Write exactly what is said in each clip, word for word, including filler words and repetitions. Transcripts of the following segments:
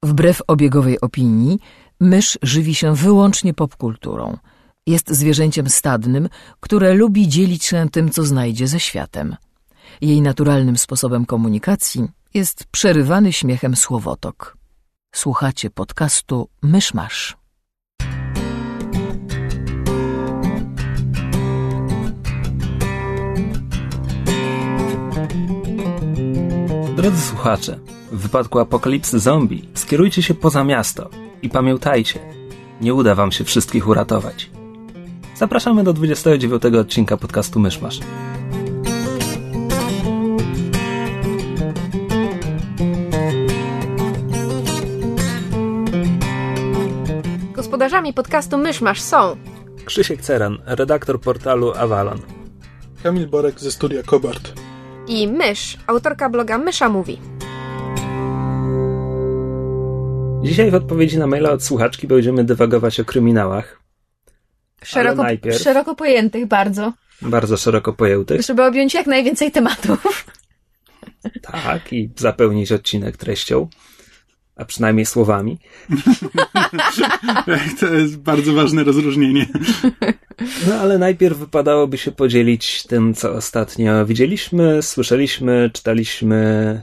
Wbrew obiegowej opinii, mysz żywi się wyłącznie popkulturą. Jest zwierzęciem stadnym, które lubi dzielić się tym, co znajdzie ze światem. Jej naturalnym sposobem komunikacji jest przerywany śmiechem słowotok. Słuchacie podcastu Mysz Masz. Drodzy słuchacze, w wypadku apokalipsy zombie skierujcie się poza miasto i pamiętajcie, nie uda wam się wszystkich uratować. Zapraszamy do dwudziestego dziewiątego odcinka podcastu Mysz Masz. Gospodarzami podcastu Mysz Masz są Krzysiek Ceran, redaktor portalu Avalon. Kamil Borek ze studia Kobart. I Mysz, autorka bloga Mysza Mówi. Dzisiaj w odpowiedzi na maila od słuchaczki będziemy dywagować o kryminałach. Szeroko, najpierw, szeroko pojętych bardzo. Bardzo szeroko pojętych. Żeby objąć jak najwięcej tematów. Tak, i zapełnić odcinek treścią. A przynajmniej słowami. To jest bardzo ważne rozróżnienie. No ale najpierw wypadałoby się podzielić tym, co ostatnio widzieliśmy, słyszeliśmy, czytaliśmy.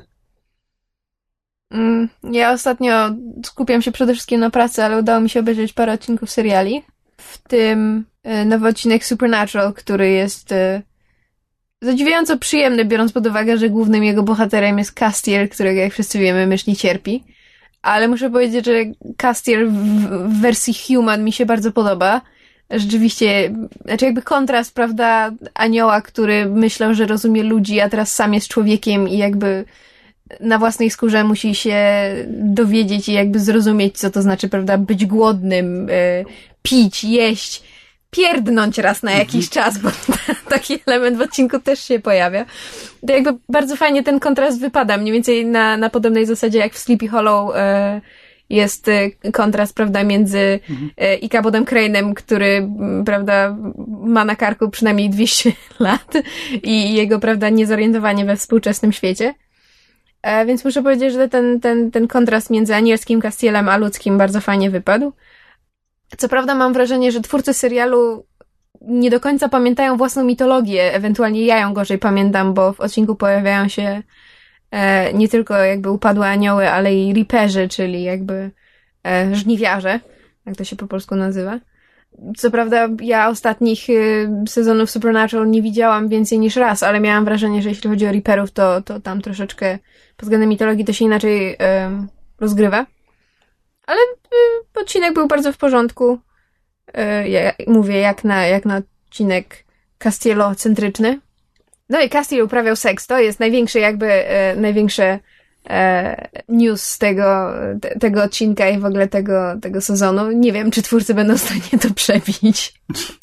Mm, ja ostatnio skupiam się przede wszystkim na pracy, ale udało mi się obejrzeć parę odcinków seriali. W tym y, nowy odcinek Supernatural, który jest y, zadziwiająco przyjemny, biorąc pod uwagę, że głównym jego bohaterem jest Castiel, którego jak wszyscy wiemy mysz nie cierpi. Ale muszę powiedzieć, że Castiel w, w wersji human mi się bardzo podoba. Rzeczywiście, znaczy jakby kontrast, prawda, anioła, który myślał, że rozumie ludzi, a teraz sam jest człowiekiem i jakby na własnej skórze musi się dowiedzieć i jakby zrozumieć, co to znaczy, prawda, być głodnym, y, pić, jeść, pierdnąć raz na jakiś czas, bo taki element w odcinku też się pojawia. To jakby bardzo fajnie ten kontrast wypada, mniej więcej na, na podobnej zasadzie jak w Sleepy Hollow y, jest y, kontrast, prawda, między mhm. y, Ichabodem Crane'em, który, m, prawda, ma na karku przynajmniej dwieście lat i jego, prawda, niezorientowanie we współczesnym świecie. E, więc muszę powiedzieć, że ten, ten, ten kontrast między anielskim Castielem a ludzkim bardzo fajnie wypadł. Co prawda mam wrażenie, że twórcy serialu nie do końca pamiętają własną mitologię, ewentualnie ja ją gorzej pamiętam, bo w odcinku pojawiają się e, nie tylko jakby upadłe anioły, ale i reaperzy, czyli jakby e, żniwiarze, jak to się po polsku nazywa. Co prawda ja ostatnich y, sezonów Supernatural nie widziałam więcej niż raz, ale miałam wrażenie, że jeśli chodzi o reaperów, to, to tam troszeczkę pod względem mitologii to się inaczej y, rozgrywa. Ale y, odcinek był bardzo w porządku. Y, ja mówię, jak na, jak na odcinek Castielo-centryczny. No i Castiel uprawiał seks. To jest największy jakby, y, największe y, news z tego, te, tego odcinka i w ogóle tego, tego sezonu. Nie wiem, czy twórcy będą w stanie to przebić.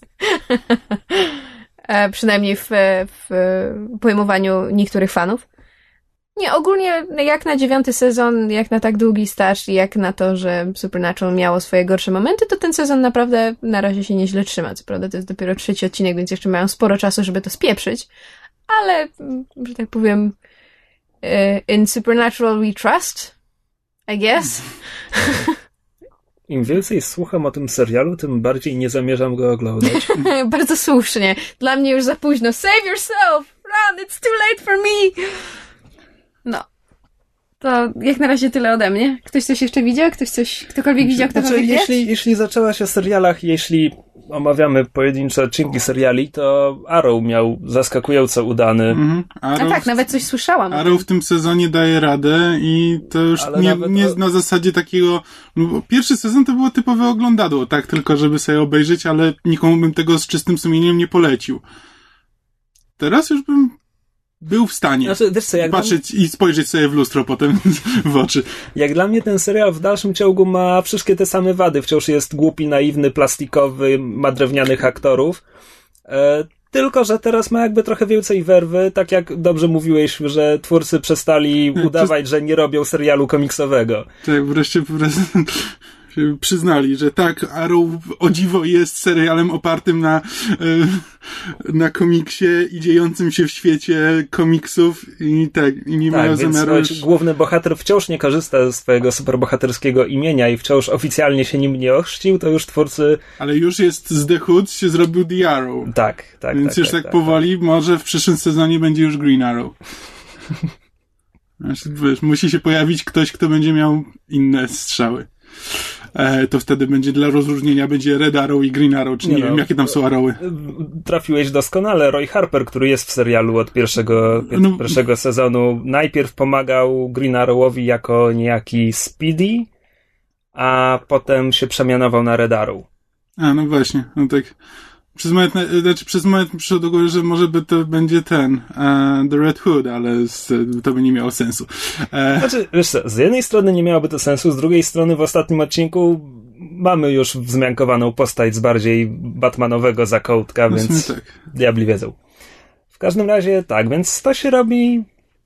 e, przynajmniej w, w pojmowaniu niektórych fanów. Nie, ogólnie jak na dziewiąty sezon, jak na tak długi staż i jak na to, że Supernatural miało swoje gorsze momenty, to ten sezon naprawdę na razie się nieźle trzyma. Co prawda to jest dopiero trzeci odcinek, więc jeszcze mają sporo czasu, żeby to spieprzyć. Ale, że tak powiem, in Supernatural we trust, I guess. Im więcej słucham o tym serialu, tym bardziej nie zamierzam go oglądać. Bardzo słusznie. Dla mnie już za późno. Save yourself! Run! It's too late for me! No. To jak na razie tyle ode mnie. Ktoś coś jeszcze widział? Ktoś coś, ktokolwiek widział, ktokolwiek znaczy, jeśli, jeśli zaczęłaś o serialach, jeśli omawiamy pojedyncze odcinki seriali, to Arrow miał zaskakująco udany. Mhm. Arrow, A tak, nawet coś słyszałam. Arrow w tym sezonie daje radę i to już nie, nie na zasadzie takiego... No, pierwszy sezon to było typowe oglądadło, tak, tylko żeby sobie obejrzeć, ale nikomu bym tego z czystym sumieniem nie polecił. Teraz już bym był w stanie znaczy, wiesz co, jak patrzeć dla... i spojrzeć sobie w lustro potem w oczy. Jak dla mnie ten serial w dalszym ciągu ma wszystkie te same wady. Wciąż jest głupi, naiwny, plastikowy, ma drewnianych aktorów. E, tylko, że teraz ma jakby trochę więcej werwy, tak jak dobrze mówiłeś, że twórcy przestali udawać, że nie robią serialu komiksowego. Tak, wreszcie po prostu się przyznali, że tak, Arrow o dziwo jest serialem opartym na, na komiksie i dziejącym się w świecie komiksów i tak, i nie tak, mają więc zamiaru już... główny bohater wciąż nie korzysta z swojego superbohaterskiego imienia i wciąż oficjalnie się nim nie ochrzcił, to już twórcy... Ale już jest z The Hood, się zrobił The Arrow. Tak, tak. Więc tak, już tak, tak, tak powoli, tak. może w przyszłym sezonie będzie już Green Arrow. Wiesz, musi się pojawić ktoś, kto będzie miał inne strzały. E, to wtedy będzie dla rozróżnienia będzie Red Arrow i Green Arrow, czy nie, nie no, wiem, jakie tam są Arrowy. Trafiłeś doskonale. Roy Harper, który jest w serialu od pierwszego, no, pierwszego sezonu, najpierw pomagał Green Arrowowi jako niejaki Speedy, a potem się przemianował na Red Arrow. A, no właśnie, no tak. Przez moment, znaczy przez moment mi przyszło do głowy, że może by to będzie ten uh, The Red Hood, ale z, to by nie miało sensu. E... Znaczy, wiesz co, z jednej strony nie miałoby to sensu, z drugiej strony w ostatnim odcinku mamy już wzmiankowaną postać z bardziej batmanowego zakątka, no więc tak. diabli wiedzą. W każdym razie tak, więc to się robi...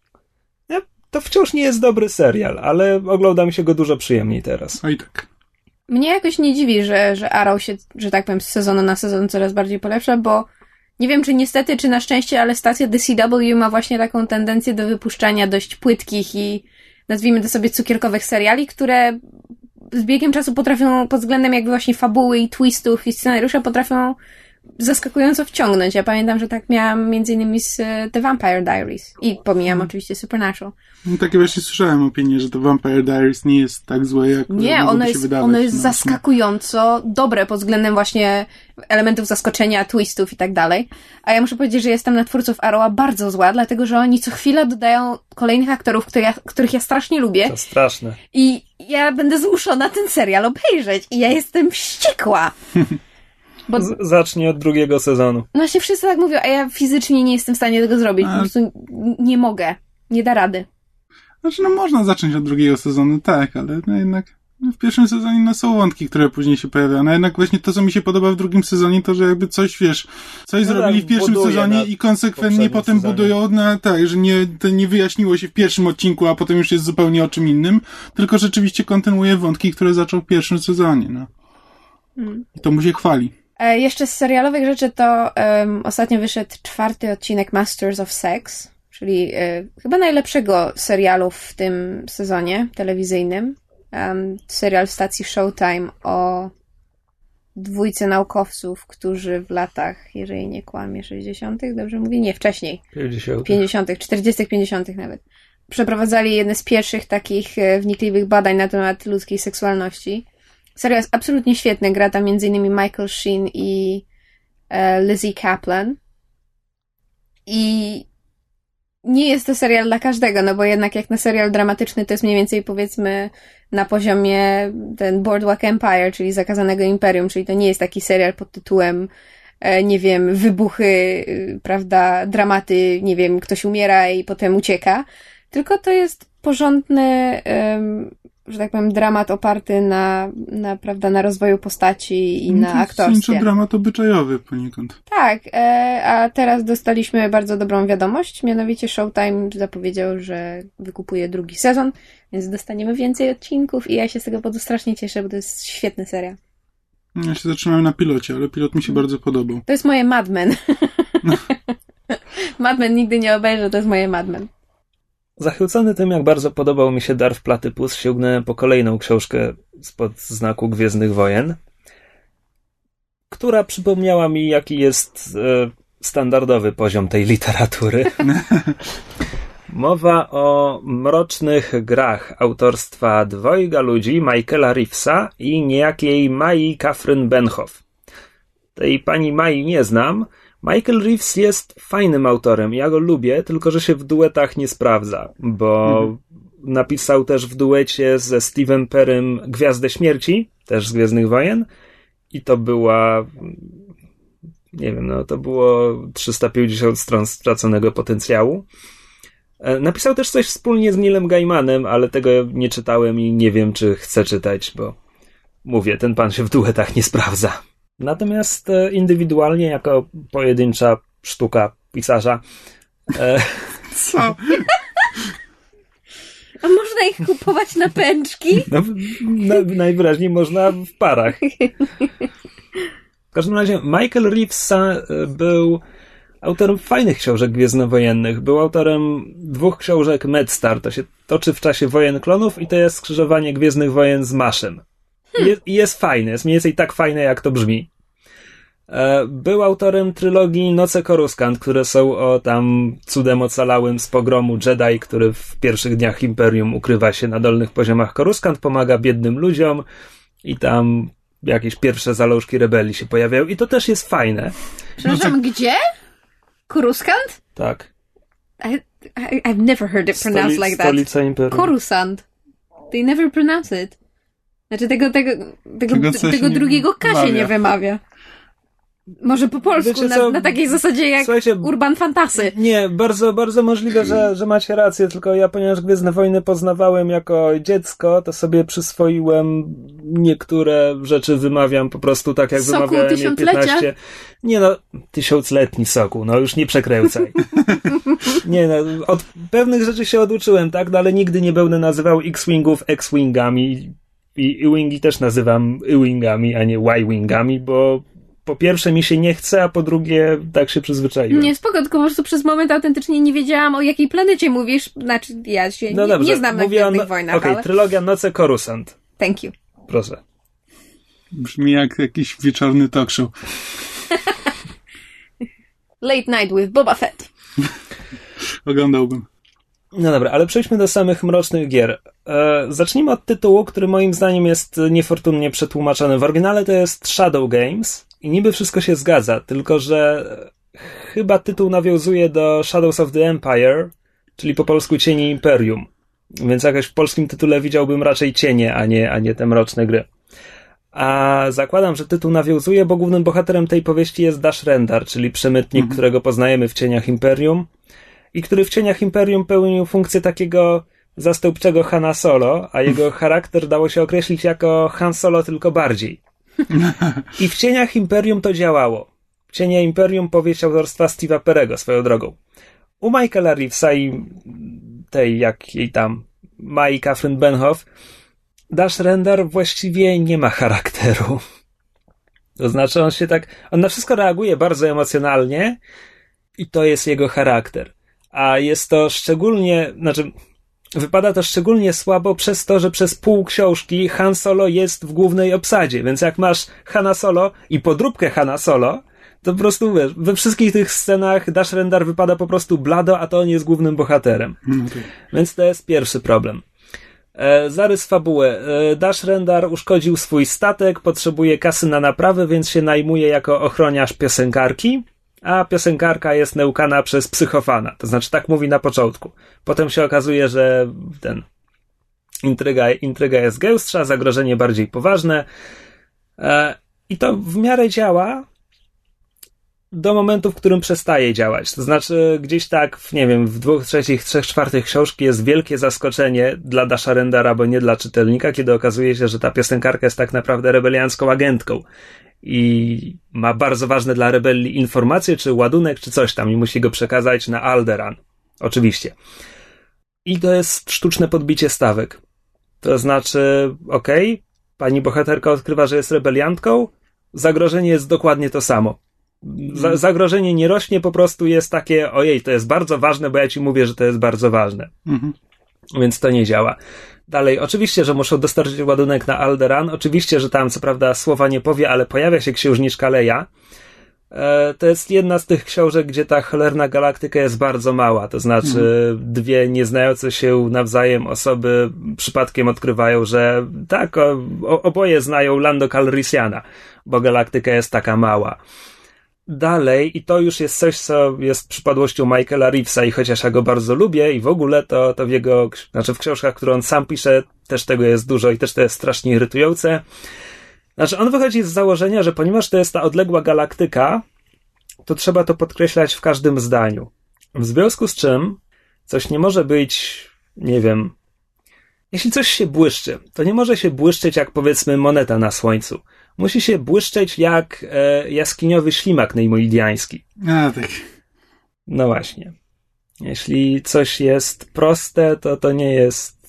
To wciąż nie jest dobry serial, ale ogląda mi się go dużo przyjemniej teraz. O i tak. Mnie jakoś nie dziwi, że, że Arrow się, że tak powiem, z sezonu na sezon coraz bardziej polepsza, bo nie wiem, czy niestety, czy na szczęście, ale stacja The C W ma właśnie taką tendencję do wypuszczania dość płytkich i nazwijmy to sobie cukierkowych seriali, które z biegiem czasu potrafią pod względem jakby właśnie fabuły i twistów i scenariusza potrafią zaskakująco wciągnąć. Ja pamiętam, że tak miałam między innymi z The Vampire Diaries i pomijam hmm. oczywiście Supernatural. No, takie właśnie słyszałem opinię, że to Vampire Diaries nie jest tak złe, jak nie, ono jest, się wydawać. ono jest no, zaskakująco no. dobre pod względem właśnie elementów zaskoczenia, twistów i tak dalej. A ja muszę powiedzieć, że jestem na twórców Arrowa bardzo zła, dlatego że oni co chwilę dodają kolejnych aktorów, które ja, których ja strasznie lubię. To straszne. I ja będę zmuszona ten serial obejrzeć i ja jestem wściekła. Bo... Z- zacznij od drugiego sezonu. No właśnie wszyscy tak mówią, a ja fizycznie nie jestem w stanie tego zrobić. A... Po prostu nie mogę. Nie da rady. Znaczy, no można zacząć od drugiego sezonu, tak, ale no jednak no w pierwszym sezonie no są wątki, które później się pojawiają. No jednak właśnie to, co mi się podoba w drugim sezonie, to, że jakby coś, wiesz, coś no zrobili tak, w pierwszym sezonie i konsekwentnie potem sezonie. budują na tak, że nie, to nie wyjaśniło się w pierwszym odcinku, a potem już jest zupełnie o czym innym, tylko rzeczywiście kontynuuje wątki, które zaczął w pierwszym sezonie, no. Hmm. I to mu się chwali. E, jeszcze z serialowych rzeczy to um, ostatnio wyszedł czwarty odcinek Masters of Sex, czyli e, chyba najlepszego serialu w tym sezonie telewizyjnym. Um, serial w stacji Showtime o dwójce naukowców, którzy w latach, jeżeli nie kłamie, sześćdziesiątych, dobrze mówię? Nie, wcześniej. pięćdziesiątych. pięćdziesiątych, czterdziestych, pięćdziesiątych nawet. Przeprowadzali jedne z pierwszych takich wnikliwych badań na temat ludzkiej seksualności. Serial jest absolutnie świetny. Gra tam między innymi Michael Sheen i e, Lizzie Kaplan. I nie jest to serial dla każdego, no bo jednak jak na serial dramatyczny to jest mniej więcej powiedzmy na poziomie ten Boardwalk Empire, czyli Zakazanego Imperium, czyli to nie jest taki serial pod tytułem e, nie wiem, wybuchy, y, prawda, dramaty, nie wiem, ktoś umiera i potem ucieka, tylko to jest porządny ym, że tak powiem, dramat oparty na, na, prawda, na rozwoju postaci i no na aktorstwie. To dramat obyczajowy poniekąd. Tak, e, a teraz dostaliśmy bardzo dobrą wiadomość, mianowicie Showtime zapowiedział, że wykupuje drugi sezon, więc dostaniemy więcej odcinków i ja się z tego powodu strasznie cieszę, bo to jest świetny serial. Ja się zatrzymałem na pilocie, ale pilot mi się hmm. bardzo podobał. To jest moje Mad Men. No. Mad Men nigdy nie obejrzę, to jest moje Mad Men. Zachwycony tym, jak bardzo podobał mi się Darth Platypus, sięgnąłem po kolejną książkę spod znaku Gwiezdnych Wojen, która przypomniała mi, jaki jest e, standardowy poziom tej literatury. Mowa o Mrocznych Grach autorstwa dwojga ludzi, Michaela Reevesa i niejakiej Mai Catherine Benhoff. Tej pani Mai nie znam. Michael Reeves jest fajnym autorem, ja go lubię, tylko że się w duetach nie sprawdza, bo mhm. napisał też w duecie ze Steve'em Perrym Gwiazdę Śmierci, też z Gwiezdnych Wojen, i to była, nie wiem, no to było trzysta pięćdziesiąt stron straconego potencjału. Napisał też coś wspólnie z Neilem Gaimanem, ale tego nie czytałem i nie wiem, czy chcę czytać, bo mówię, ten pan się w duetach nie sprawdza. Natomiast indywidualnie, jako pojedyncza sztuka pisarza... E... Co? A można ich kupować na pęczki? No, na, najwyraźniej można w parach. W każdym razie Michael Reeves był autorem fajnych książek gwiezdnowojennych. Był autorem dwóch książek MedStar. To się toczy w czasie Wojen Klonów i to jest skrzyżowanie Gwiezdnych Wojen z Maszem. I jest, i jest fajne. Jest mniej więcej tak fajne, jak to brzmi. Był autorem trylogii Noce Coruscant, które są o tam cudem ocalałym z pogromu Jedi, który w pierwszych dniach Imperium ukrywa się na dolnych poziomach Coruscant, pomaga biednym ludziom i tam jakieś pierwsze zalążki rebelii się pojawiają i to też jest fajne. Przepraszam, no tak... gdzie? Coruscant? Tak. I, I, I've never heard it pronounced Stoli- like that. Stolica Imperium. Coruscant. They never pronounce it. Znaczy tego, tego, tego, tego, tego drugiego K się nie wymawia. Może po polsku, na, na takiej zasadzie jak Urban Fantasy. Nie, bardzo, bardzo możliwe, że, że macie rację, tylko ja, ponieważ Gwiezdne Wojny poznawałem jako dziecko, to sobie przyswoiłem niektóre rzeczy, wymawiam po prostu tak, jak Sokół wymawiałem je piętnaście. Nie no, tysiącletni sokół, no już nie przekręcaj. Nie no, od pewnych rzeczy się oduczyłem, tak, no ale nigdy nie będę nazywał X-Wingów X-Wingami i Y-Wingi też nazywam Y-Wingami, a nie Y-Wingami, bo po pierwsze mi się nie chce, a po drugie tak się przyzwyczaiłem. Nie, spoko, tylko po prostu przez moment autentycznie nie wiedziałam, o jakiej planecie mówisz. Znaczy, ja się no nie, dobrze, nie znam na Gwiezdnych Wojnach, Okej, okay, ale... trylogia Noce Coruscant. Thank you. Proszę. Brzmi jak jakiś wieczorny talk show. Late Night with Boba Fett. Oglądałbym. No dobra, ale przejdźmy do samych mrocznych gier. E, zacznijmy od tytułu, który moim zdaniem jest niefortunnie przetłumaczony. W oryginale to jest Shadow Games i niby wszystko się zgadza, tylko że chyba tytuł nawiązuje do Shadows of the Empire, czyli po polsku Cienie Imperium. Więc jakoś w polskim tytule widziałbym raczej cienie, a nie, a nie te mroczne gry. A zakładam, że tytuł nawiązuje, bo głównym bohaterem tej powieści jest Dash Rendar, czyli przemytnik, mhm. którego poznajemy w Cieniach Imperium i który w Cieniach Imperium pełnił funkcję takiego zastępczego Hana Solo, a jego charakter dało się określić jako Han Solo, tylko bardziej. I w Cieniach Imperium to działało. Cienie Imperium, powieść autorstwa Steve'a Perego, swoją drogą. U Michaela Reevesa i tej, jak jej tam, Mai Catherine Benhoff, Dash Rendar właściwie nie ma charakteru. To znaczy on się tak, on na wszystko reaguje bardzo emocjonalnie i to jest jego charakter. A jest to szczególnie, znaczy wypada to szczególnie słabo przez to, że przez pół książki Han Solo jest w głównej obsadzie, więc jak masz Hana Solo i podróbkę Hana Solo, to po prostu wiesz, we wszystkich tych scenach Dash Rendar wypada po prostu blado, a to on jest głównym bohaterem. Okay. Więc to jest pierwszy problem. E, zarys fabuły. E, Dash Rendar uszkodził swój statek, potrzebuje kasy na naprawę, więc się najmuje jako ochroniarz piosenkarki, a piosenkarka jest neukana przez psychofana. To znaczy tak mówi na początku. Potem się okazuje, że ten intryga, intryga jest gęstsza, zagrożenie bardziej poważne. E, I to w miarę działa do momentu, w którym przestaje działać. To znaczy gdzieś tak, w, nie wiem, w dwóch trzecich, trzech czwartych książki jest wielkie zaskoczenie dla Dasha Rendara, bo nie dla czytelnika, kiedy okazuje się, że ta piosenkarka jest tak naprawdę rebeliancką agentką i ma bardzo ważne dla rebelii informacje, czy ładunek, czy coś tam i musi go przekazać na Alderaan. Oczywiście. I to jest sztuczne podbicie stawek. To znaczy, okej, okay, pani bohaterka odkrywa, że jest rebeliantką, zagrożenie jest dokładnie to samo. Z- zagrożenie nie rośnie, po prostu jest takie, ojej, to jest bardzo ważne, bo ja ci mówię, że to jest bardzo ważne. Mhm. Więc to nie działa. Dalej, oczywiście, że muszą dostarczyć ładunek na Alderaan, oczywiście, że tam co prawda słowa nie powie, ale pojawia się księżniczka Leia. E, to jest jedna z tych książek, gdzie ta cholerna galaktyka jest bardzo mała, to znaczy mhm. dwie nieznające się nawzajem osoby przypadkiem odkrywają, że tak, o, oboje znają Lando Calrissiana, bo galaktyka jest taka mała. Dalej, i to już jest coś, co jest przypadłością Michaela Reevesa i chociaż ja go bardzo lubię i w ogóle, to, to w jego, znaczy w książkach, które on sam pisze, też tego jest dużo i też to jest strasznie irytujące. Znaczy on wychodzi z założenia, że ponieważ to jest ta odległa galaktyka, to trzeba to podkreślać w każdym zdaniu. W związku z czym coś nie może być, nie wiem, jeśli coś się błyszczy, to nie może się błyszczeć jak powiedzmy moneta na słońcu. Musi się błyszczeć jak e, jaskiniowy ślimak neimoidiański. A, tak. No właśnie. Jeśli coś jest proste, to to nie jest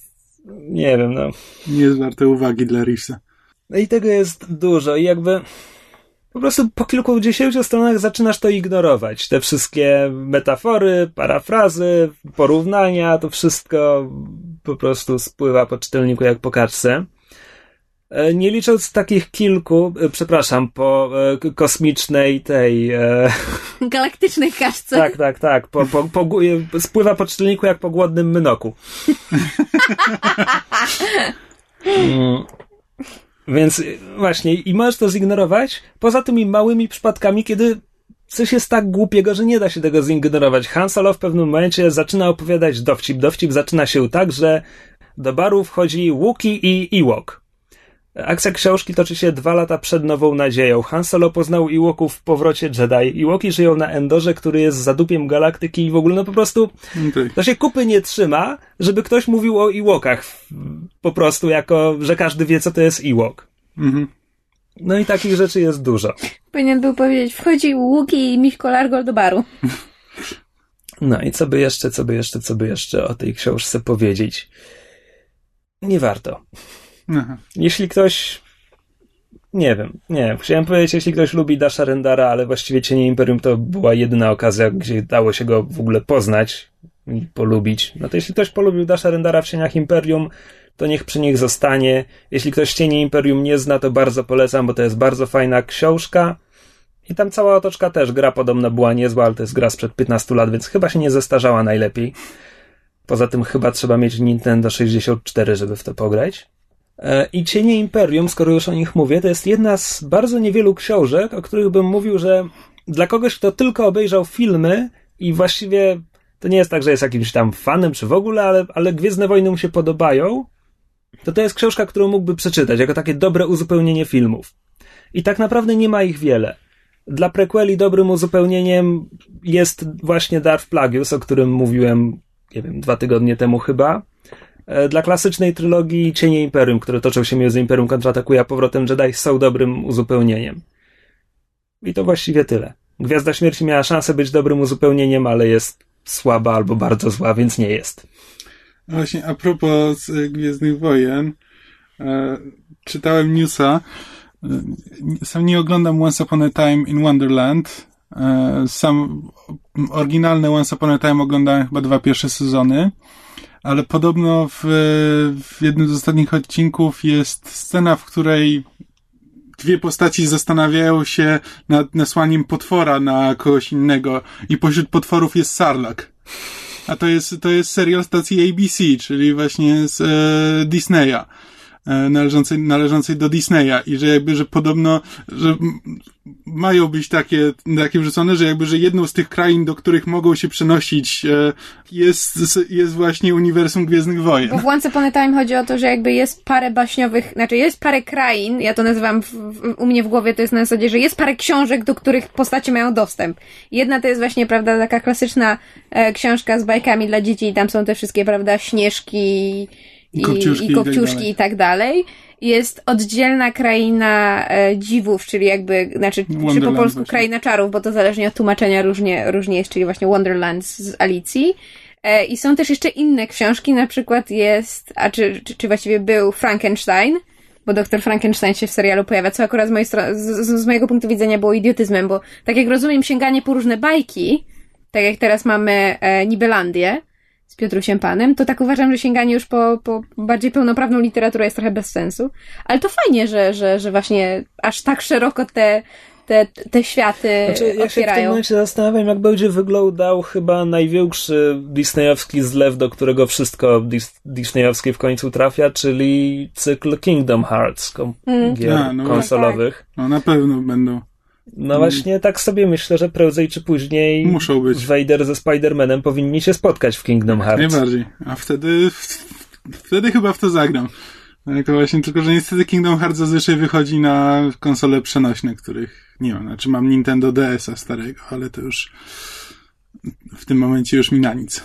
nie wiem, no. Nie jest warte uwagi dla Reevesa. No i tego jest dużo i jakby po prostu po kilkudziesięciu stronach zaczynasz to ignorować. Te wszystkie metafory, parafrazy, porównania, to wszystko po prostu spływa po czytelniku jak po kaczce. Nie licząc takich kilku, przepraszam, po e, kosmicznej tej... E, galaktycznej kaczce. Tak, tak, tak. Po, po, po, spływa po czytelniku jak po głodnym mynoku. mm. Więc właśnie, i możesz to zignorować, poza tymi małymi przypadkami, kiedy coś jest tak głupiego, że nie da się tego zignorować. Han Solo w pewnym momencie zaczyna opowiadać dowcip. Dowcip zaczyna się tak, że do baru wchodzi Wookiee i Ewok. Akcja książki toczy się dwa lata przed Nową Nadzieją. Han Solo poznał Ewoków w Powrocie Jedi. Ewoki żyją na Endorze, który jest zadupiem galaktyki i w ogóle no po prostu okay. To się kupy nie trzyma, żeby ktoś mówił o Ewokach po prostu jako, że każdy wie, co to jest Ewok. Mhm. No i takich rzeczy jest dużo. Powinien był powiedzieć, wchodzi Wookiee i Miśko Largo do baru. No i co by jeszcze, co by jeszcze, co by jeszcze o tej książce powiedzieć? Nie warto. Aha. Jeśli ktoś... Nie wiem, nie. Chciałem powiedzieć, jeśli ktoś lubi Dasha Rendara, ale właściwie Cienie Imperium to była jedyna okazja, gdzie dało się go w ogóle poznać i polubić. No to jeśli ktoś polubił Dasha Rendara w Cieniach Imperium, to niech przy nich zostanie. Jeśli ktoś Cienie Imperium nie zna, to bardzo polecam, bo to jest bardzo fajna książka. I tam cała otoczka też, gra podobno była niezła, ale to jest gra sprzed piętnastu lat, więc chyba się nie zestarzała najlepiej. Poza tym chyba trzeba mieć Nintendo sześćdziesiąt cztery, żeby w to pograć. I Cienie Imperium, skoro już o nich mówię, to jest jedna z bardzo niewielu książek, o których bym mówił, że dla kogoś, kto tylko obejrzał filmy i właściwie to nie jest tak, że jest jakimś tam fanem czy w ogóle, ale, ale Gwiezdne Wojny mu się podobają, to to jest książka, którą mógłby przeczytać jako takie dobre uzupełnienie filmów. I tak naprawdę nie ma ich wiele. Dla prequeli dobrym uzupełnieniem jest właśnie Darth Plagueis, o którym mówiłem, nie wiem, dwa tygodnie temu chyba. Dla klasycznej trylogii Cienie Imperium, które toczą się między Imperium kontratakuje a Powrotem Jedi, są dobrym uzupełnieniem. I to właściwie tyle. Gwiazda Śmierci miała szansę być dobrym uzupełnieniem, ale jest słaba albo bardzo zła, więc nie jest. Właśnie a propos Gwiezdnych Wojen, e, czytałem newsa. Sam nie oglądam Once Upon a Time in Wonderland. E, sam oryginalny Once Upon a Time oglądałem chyba dwa pierwsze sezony. Ale podobno w, w jednym z ostatnich odcinków jest scena, w której dwie postaci zastanawiają się nad nasłaniem potwora na kogoś innego i pośród potworów jest Sarlacc. A to jest, to jest serial stacji A B C, czyli właśnie z e, Disneya. Należącej, należącej do Disneya i że jakby, że podobno, że mają być takie, takie wrzucone, że jakby, że jedną z tych krain, do których mogą się przenosić jest, jest właśnie uniwersum Gwiezdnych Wojen. Bo w Once Upon a Time chodzi o to, że jakby jest parę baśniowych, znaczy jest parę krain, ja to nazywam w, w, u mnie w głowie, to jest na zasadzie, że jest parę książek, do których postacie mają dostęp. Jedna to jest właśnie, prawda, taka klasyczna e, książka z bajkami dla dzieci i tam są te wszystkie, prawda, Śnieżki I, kopciuszki, i, kopciuszki i tak dalej. Jest oddzielna kraina e, dziwów, czyli jakby, znaczy, czy po polsku właśnie. Kraina czarów, bo to zależnie od tłumaczenia różnie, różnie jest, czyli właśnie Wonderland z Alicji. E, I są też jeszcze inne książki, na przykład jest, a czy, czy, czy właściwie był Frankenstein, bo doktor Frankenstein się w serialu pojawia, co akurat z, mojej stro- z, z mojego punktu widzenia było idiotyzmem, bo tak jak rozumiem, sięganie po różne bajki, tak jak teraz mamy e, Nibelandię, z Piotrusiem Panem, to tak uważam, że sięganie już po, po bardziej pełnoprawną literaturę jest trochę bez sensu. Ale to fajnie, że, że, że właśnie aż tak szeroko te, te, te światy znaczy, ja otwierają. Ja się w tym momencie zastanawiam, jak będzie wyglądał chyba największy disneyowski zlew, do którego wszystko dis- disneyowskie w końcu trafia, czyli cykl Kingdom Hearts, kom- mm. gier A, no konsolowych. Tak. No na pewno będą. No właśnie tak sobie myślę, że prędzej czy później muszą być. Vader ze Spider-Manem powinni się spotkać w Kingdom Hearts. Najbardziej. A wtedy wtedy chyba w to zagram. To właśnie, tylko że niestety Kingdom Hearts zazwyczaj wychodzi na konsole przenośne, których nie mam. Znaczy mam Nintendo D S a starego, ale to już w tym momencie już mi na nic.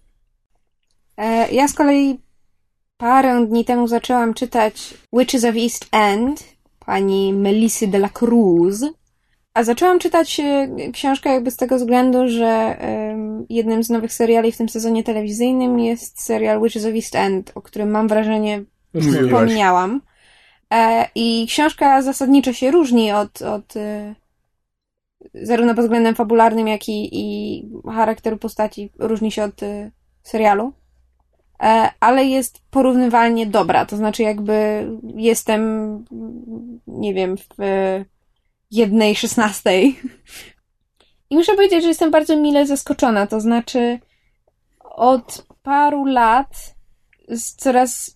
E, ja z kolei parę dni temu zaczęłam czytać Witches of East End pani Melissy de la Cruz. A zaczęłam czytać książkę jakby z tego względu, że jednym z nowych seriali w tym sezonie telewizyjnym jest serial Witches of East End, o którym mam wrażenie wspomniałam. E, I książka zasadniczo się różni od, od e, zarówno pod względem fabularnym, jak i, i charakteru postaci różni się od e, serialu. E, ale jest porównywalnie dobra. To znaczy jakby jestem, nie wiem, w e, jednej szesnastej. I muszę powiedzieć, że jestem bardzo mile zaskoczona. To znaczy od paru lat z coraz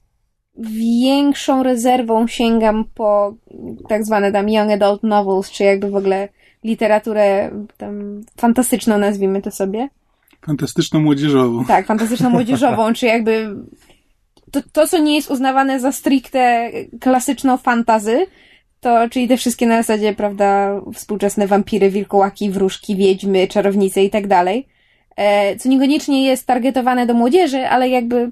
większą rezerwą sięgam po tak zwane tam young adult novels, czy jakby w ogóle literaturę tam fantastyczną, nazwijmy to sobie. Fantastyczną młodzieżową. Tak, fantastyczną młodzieżową, czy jakby to, to, co nie jest uznawane za stricte klasyczną fantasy, to, czyli te wszystkie na zasadzie, prawda, współczesne wampiry, wilkołaki, wróżki, wiedźmy, czarownice i tak dalej, co niekoniecznie jest targetowane do młodzieży, ale jakby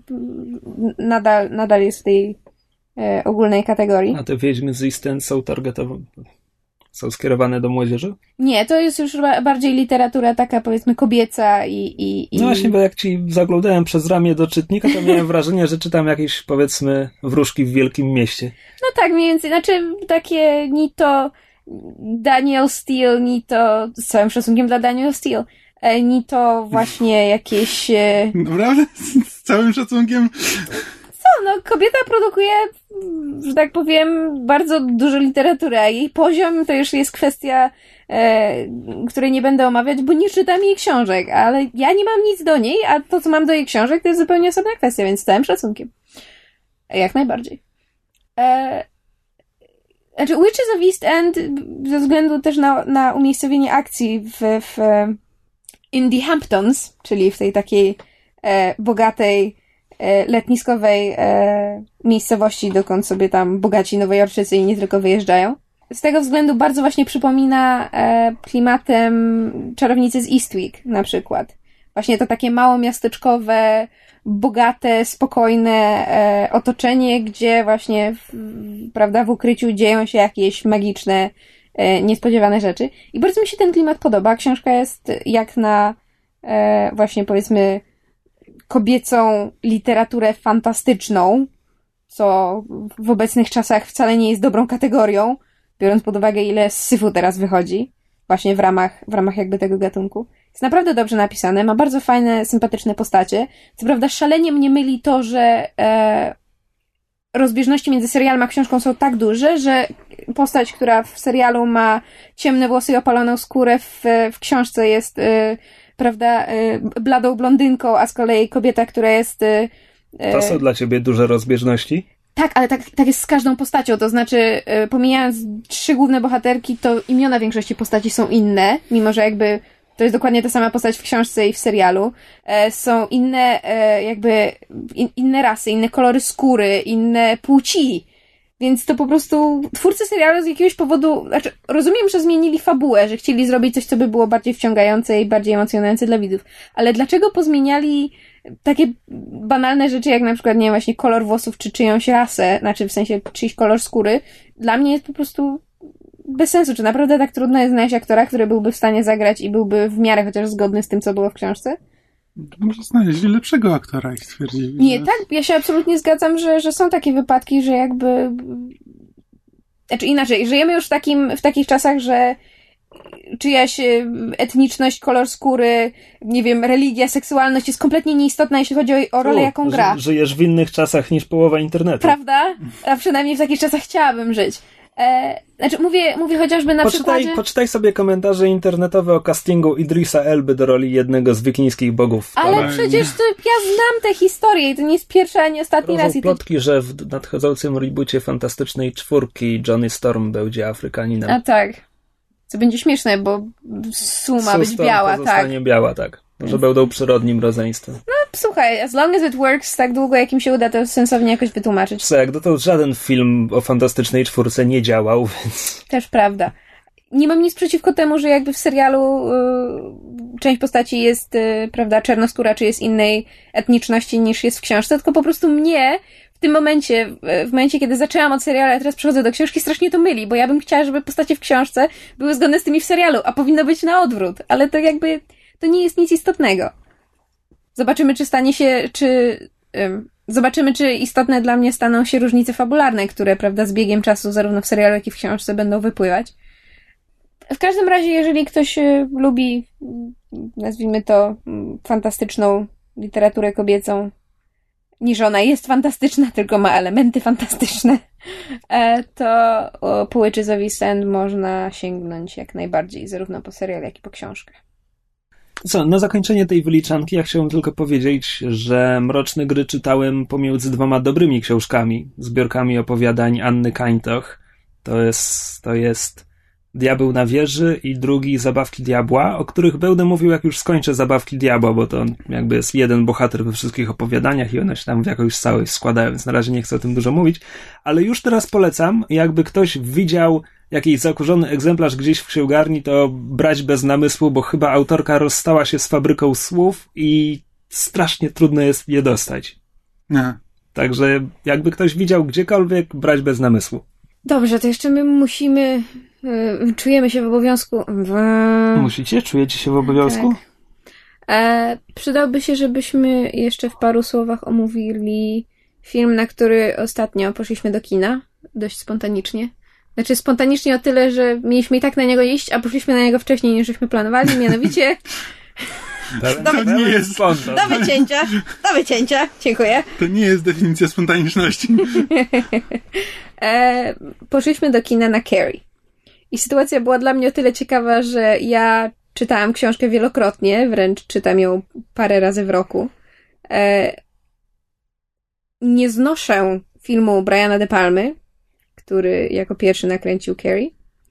nadal, nadal jest w tej e, ogólnej kategorii. A te wiedźmy z East End są targetowane, są skierowane do młodzieży? Nie, to jest już bardziej literatura taka, powiedzmy, kobieca i... i, i... No właśnie, bo jak ci zaglądałem przez ramię do czytnika, to miałem wrażenie, że czytam jakieś, powiedzmy, wróżki w wielkim mieście. No tak, mniej więcej. Znaczy, takie ni to Daniel Steele, ni to, z całym szacunkiem dla Daniel Steele, ni to właśnie jakieś... Naprawdę? Z całym szacunkiem? Co, no kobieta produkuje, że tak powiem, bardzo dużo literatury, a jej poziom to już jest kwestia, e, której nie będę omawiać, bo nie czytam jej książek, ale ja nie mam nic do niej, a to, co mam do jej książek, to jest zupełnie osobna kwestia, więc z całym szacunkiem. Jak najbardziej. E, znaczy, Witches of East End, ze względu też na, na umiejscowienie akcji w, w in the Hamptons, czyli w tej takiej e, bogatej, e, letniskowej e, miejscowości, dokąd sobie tam bogaci nowojorczycy i nie tylko wyjeżdżają. Z tego względu bardzo właśnie przypomina e, klimatem Czarownicy z Eastwick na przykład. Właśnie to takie małomiasteczkowe, bogate, spokojne e, otoczenie, gdzie właśnie w, prawda, w ukryciu dzieją się jakieś magiczne, e, niespodziewane rzeczy. I bardzo mi się ten klimat podoba. Książka jest jak na e, właśnie powiedzmy kobiecą literaturę fantastyczną, co w obecnych czasach wcale nie jest dobrą kategorią, biorąc pod uwagę, ile syfu teraz wychodzi właśnie w ramach, w ramach jakby tego gatunku. Jest naprawdę dobrze napisane, ma bardzo fajne, sympatyczne postacie. Co prawda szalenie mnie myli to, że e, rozbieżności między serialem a książką są tak duże, że postać, która w serialu ma ciemne włosy i opaloną skórę, w, w książce jest e, prawda, e, bladą blondynką, a z kolei kobieta, która jest... E, to są dla ciebie duże rozbieżności? Tak, ale tak, tak jest z każdą postacią, to znaczy e, pomijając trzy główne bohaterki, to imiona większości postaci są inne, mimo że jakby to jest dokładnie ta sama postać w książce i w serialu. E, są inne e, jakby in, inne rasy, inne kolory skóry, inne płci. Więc to po prostu twórcy serialu z jakiegoś powodu, znaczy rozumiem, że zmienili fabułę, że chcieli zrobić coś, co by było bardziej wciągające i bardziej emocjonujące dla widzów. Ale dlaczego pozmieniali takie banalne rzeczy, jak na przykład, nie wiem, właśnie kolor włosów, czy czyjąś rasę, znaczy w sensie czyjś kolor skóry, dla mnie jest po prostu bez sensu. Czy naprawdę tak trudno jest znaleźć aktora, który byłby w stanie zagrać i byłby w miarę chociaż zgodny z tym, co było w książce? Może znaleźli lepszego aktora i stwierdzili. Nie, że... tak, ja się absolutnie zgadzam, że, że są takie wypadki, że jakby... Znaczy inaczej, żyjemy już w, takim, w takich czasach, że czyjaś etniczność, kolor skóry, nie wiem, religia, seksualność jest kompletnie nieistotna, jeśli chodzi o, o rolę, U, jaką gra. Żyjesz w innych czasach niż połowa internetu. Prawda? A przynajmniej w takich czasach chciałabym żyć. E, znaczy mówię, mówię chociażby na poczytaj, przykładzie... Poczytaj sobie komentarze internetowe o castingu Idrisa Elby do roli jednego z wigińskich bogów. Ale Pana. Przecież to, ja znam tę historię i to nie jest pierwszy ani ostatni raz. Są plotki, to... że w nadchodzącym reboocie Fantastycznej Czwórki Johnny Storm będzie Afrykaninem. A tak. Co będzie śmieszne, bo Sue ma być biała, tak. biała, tak. Może Więc... będą przyrodnim rodzeństwem. No słuchaj, as long as it works, tak długo jak im się uda to sensownie jakoś wytłumaczyć. Co, jak dotąd żaden film o Fantastycznej Czwórce nie działał, więc... Też prawda. Nie mam nic przeciwko temu, że jakby w serialu y, część postaci jest, y, prawda, czarnoskóra, czy jest innej etniczności niż jest w książce, tylko po prostu mnie w tym momencie, w momencie, kiedy zaczęłam od serialu, a teraz przechodzę do książki, strasznie to myli, bo ja bym chciała, żeby postacie w książce były zgodne z tymi w serialu, a powinno być na odwrót, ale to jakby, to nie jest nic istotnego. zobaczymy, czy stanie się, czy ym, zobaczymy, czy istotne dla mnie staną się różnice fabularne, które, prawda, z biegiem czasu zarówno w serialu, jak i w książce będą wypływać. W każdym razie, jeżeli ktoś y, lubi, nazwijmy to, y, fantastyczną literaturę kobiecą, nie że ona jest fantastyczna, tylko ma elementy fantastyczne, e, to o, po Witches of East End można sięgnąć jak najbardziej, zarówno po serial, jak i po książkę. Co, na zakończenie tej wyliczanki ja chciałbym tylko powiedzieć, że Mroczne Gry czytałem pomiędzy dwoma dobrymi książkami, zbiorkami opowiadań Anny Kańtoch. To jest, to jest Diabeł na wieży i drugi Zabawki Diabła, o których będę mówił, jak już skończę Zabawki Diabła, bo to jakby jest jeden bohater we wszystkich opowiadaniach i one się tam w jakąś całość składają, więc na razie nie chcę o tym dużo mówić, ale już teraz polecam, jakby ktoś widział jakiś zakurzony egzemplarz gdzieś w księgarni, to brać bez namysłu, bo chyba autorka rozstała się z fabryką słów i strasznie trudno jest je dostać. Nie. Także jakby ktoś widział gdziekolwiek, brać bez namysłu. Dobrze, to jeszcze my musimy... Yy, czujemy się w obowiązku... W... Musicie? Czujecie się w obowiązku? Tak. E, przydałby się, żebyśmy jeszcze w paru słowach omówili film, na który ostatnio poszliśmy do kina. Dość spontanicznie. Znaczy spontanicznie o tyle, że mieliśmy i tak na niego iść, a poszliśmy na niego wcześniej niż żeśmy planowali, mianowicie... To, to nie jest spontan. Do wycięcia, do wycięcia, dziękuję. To nie jest definicja spontaniczności. e, poszliśmy do kina na Carrie. I sytuacja była dla mnie o tyle ciekawa, że ja czytałam książkę wielokrotnie, wręcz czytam ją parę razy w roku. E, nie znoszę filmu Briana De Palmy, który jako pierwszy nakręcił Carrie.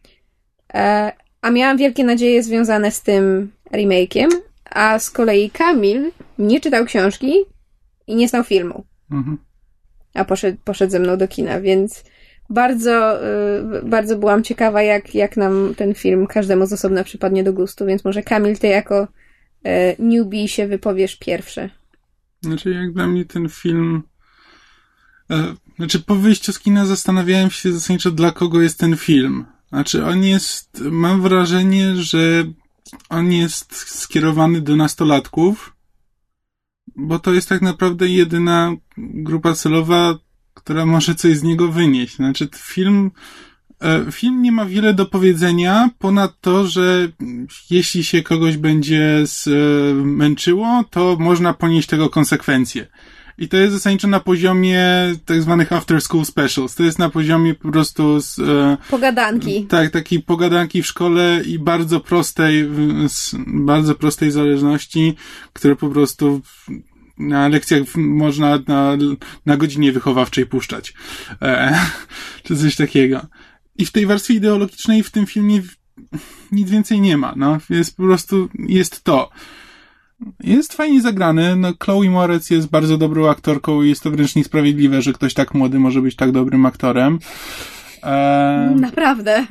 E, a miałam wielkie nadzieje związane z tym remake'iem, a z kolei Kamil nie czytał książki i nie znał filmu. Mhm. A poszedł, poszedł ze mną do kina, więc bardzo, yy, bardzo byłam ciekawa, jak, jak nam ten film każdemu z osobna przypadnie do gustu, więc może Kamil, ty jako yy, newbie się wypowiesz pierwszy. Znaczy, jak dla mnie ten film... E, znaczy, po wyjściu z kina zastanawiałem się zasadniczo, dla kogo jest ten film. Znaczy, on jest... Mam wrażenie, że on jest skierowany do nastolatków, bo to jest tak naprawdę jedyna grupa celowa, która może coś z niego wynieść. Znaczy, film, film nie ma wiele do powiedzenia, ponad to, że jeśli się kogoś będzie zmęczyło, to można ponieść tego konsekwencje. I to jest zasadniczo na poziomie tak zwanych after school specials. To jest na poziomie po prostu z, pogadanki. Tak, takiej pogadanki w szkole i bardzo prostej, bardzo prostej zależności, które po prostu na lekcjach można na, na godzinie wychowawczej puszczać. E, czy coś takiego. I w tej warstwie ideologicznej w tym filmie nic więcej nie ma. No, jest po prostu, jest to. Jest fajnie zagrany. No, Chloe Moretz jest bardzo dobrą aktorką i jest to wręcz niesprawiedliwe, że ktoś tak młody może być tak dobrym aktorem. E, Naprawdę.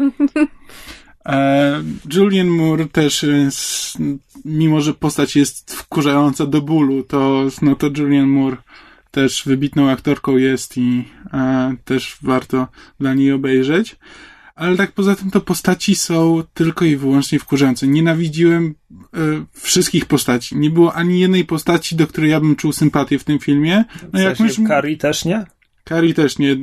E, Julianne Moore też, jest, mimo że postać jest wkurzająca do bólu, to, no to Julianne Moore też wybitną aktorką jest i e, też warto dla niej obejrzeć. Ale tak poza tym to postaci są tylko i wyłącznie wkurzające. Nienawidziłem e, wszystkich postaci. Nie było ani jednej postaci, do której ja bym czuł sympatię w tym filmie. No, w sensie jak myś... Carrie też nie? Carrie też nie. E,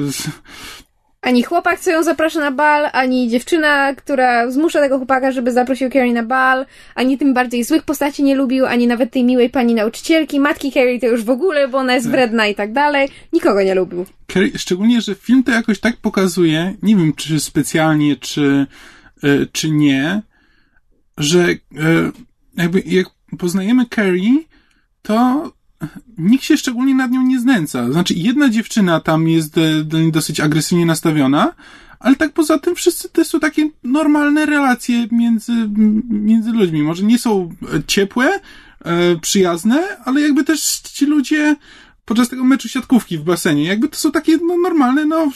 Ani chłopak, co ją zaprasza na bal, ani dziewczyna, która zmusza tego chłopaka, żeby zaprosił Carrie na bal, ani tym bardziej złych postaci nie lubił, ani nawet tej miłej pani nauczycielki, matki Carrie to już w ogóle, bo ona jest wredna i tak dalej. Nikogo nie lubił. Carrie, szczególnie, że film to jakoś tak pokazuje, nie wiem czy specjalnie, czy, y, czy nie, że y, jakby jak poznajemy Carrie, to nikt się szczególnie nad nią nie znęca. Znaczy, jedna dziewczyna tam jest do niej dosyć agresywnie nastawiona, ale tak poza tym wszyscy to są takie normalne relacje między, między ludźmi. Może nie są ciepłe, e, przyjazne, ale jakby też ci ludzie podczas tego meczu siatkówki w basenie, jakby to są takie no, normalne, no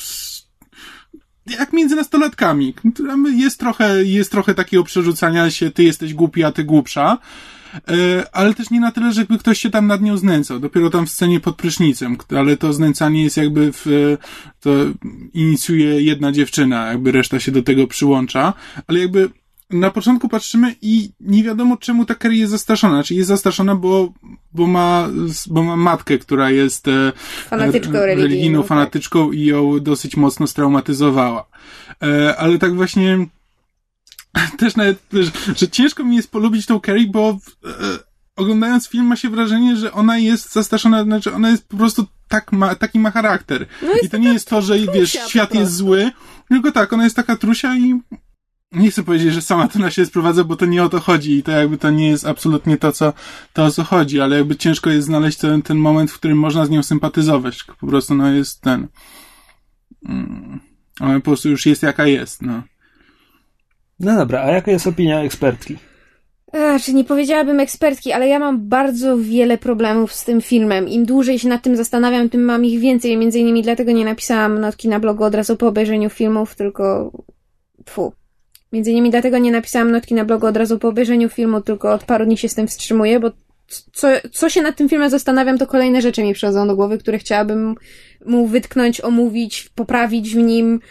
jak między nastolatkami. Jest trochę, jest trochę takiego przerzucania się, ty jesteś głupi, a ty głupsza. Ale też nie na tyle, żeby ktoś się tam nad nią znęcał. Dopiero tam w scenie pod prysznicem, ale to znęcanie jest jakby w, to inicjuje jedna dziewczyna, jakby reszta się do tego przyłącza, ale jakby na początku patrzymy i nie wiadomo, czemu ta Carrie jest zastraszona. Czyli jest zastraszona, bo, bo ma, bo ma matkę, która jest fanatyczką e, religijną, religijną, fanatyczką tak. I ją dosyć mocno straumatyzowała. E, ale tak właśnie też nawet, że, że ciężko mi jest polubić tą Carrie, bo e, oglądając film ma się wrażenie, że ona jest zastraszona, znaczy ona jest po prostu tak ma, taki ma charakter. No I to nie jest to, że wiesz, świat jest zły, tylko tak, ona jest taka trusia i nie chcę powiedzieć, że sama to na siebie sprowadza, bo to nie o to chodzi i to jakby to nie jest absolutnie to, co, to o co chodzi, ale jakby ciężko jest znaleźć ten, ten moment, w którym można z nią sympatyzować. Po prostu, no, jest ten... Mm, ona po prostu już jest jaka jest, no. No dobra, a jaka jest opinia ekspertki? Znaczy, nie powiedziałabym ekspertki, ale ja mam bardzo wiele problemów z tym filmem. Im dłużej się nad tym zastanawiam, tym mam ich więcej. Między innymi dlatego nie napisałam notki na blogu od razu po obejrzeniu filmów, tylko... Tfu. Między innymi dlatego nie napisałam notki na blogu od razu po obejrzeniu filmu, tylko od paru dni się z tym wstrzymuję, bo co, co się nad tym filmem zastanawiam, to kolejne rzeczy mi przychodzą do głowy, które chciałabym mu wytknąć, omówić, poprawić w nim,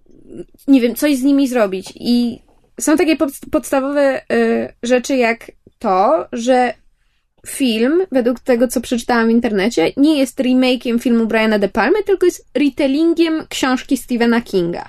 nie wiem, coś z nimi zrobić. I są takie pod, podstawowe y, rzeczy jak to, że film, według tego, co przeczytałam w internecie, nie jest remake'iem filmu Briana De Palmy, tylko jest retellingiem książki Stephena Kinga.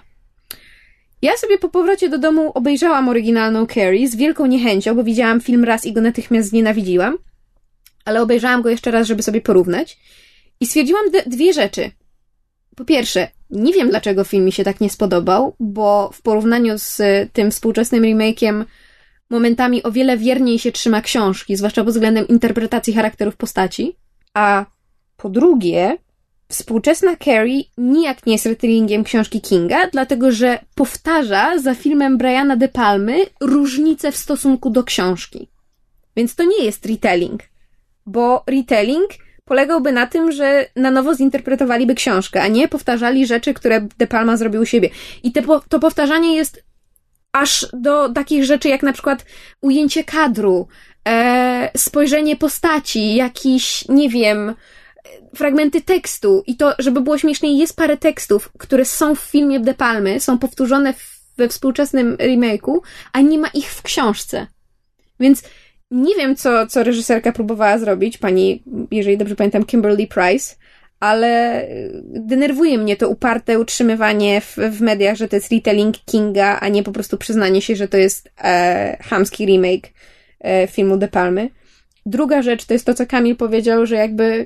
Ja sobie po powrocie do domu obejrzałam oryginalną Carrie z wielką niechęcią, bo widziałam film raz i go natychmiast znienawidziłam, ale obejrzałam go jeszcze raz, żeby sobie porównać i stwierdziłam d- dwie rzeczy. Po pierwsze, nie wiem, dlaczego film mi się tak nie spodobał, bo w porównaniu z tym współczesnym remake'iem momentami o wiele wierniej się trzyma książki, zwłaszcza pod względem interpretacji charakterów postaci, a po drugie... Współczesna Carrie nijak nie jest retellingiem książki Kinga, dlatego że powtarza za filmem Briana De Palmy różnice w stosunku do książki. Więc to nie jest retelling, bo retelling polegałby na tym, że na nowo zinterpretowaliby książkę, a nie powtarzali rzeczy, które De Palma zrobił u siebie. I te, to powtarzanie jest aż do takich rzeczy jak na przykład ujęcie kadru, e, spojrzenie postaci, jakiś, nie wiem... fragmenty tekstu i to, żeby było śmieszniej, jest parę tekstów, które są w filmie De Palmy, są powtórzone w, we współczesnym remake'u, a nie ma ich w książce. Więc nie wiem, co, co reżyserka próbowała zrobić, pani, jeżeli dobrze pamiętam, Kimberly Price, ale denerwuje mnie to uparte utrzymywanie w, w mediach, że to jest retelling Kinga, a nie po prostu przyznanie się, że to jest e, chamski remake e, filmu De Palmy. Druga rzecz to jest to, co Kamil powiedział, że jakby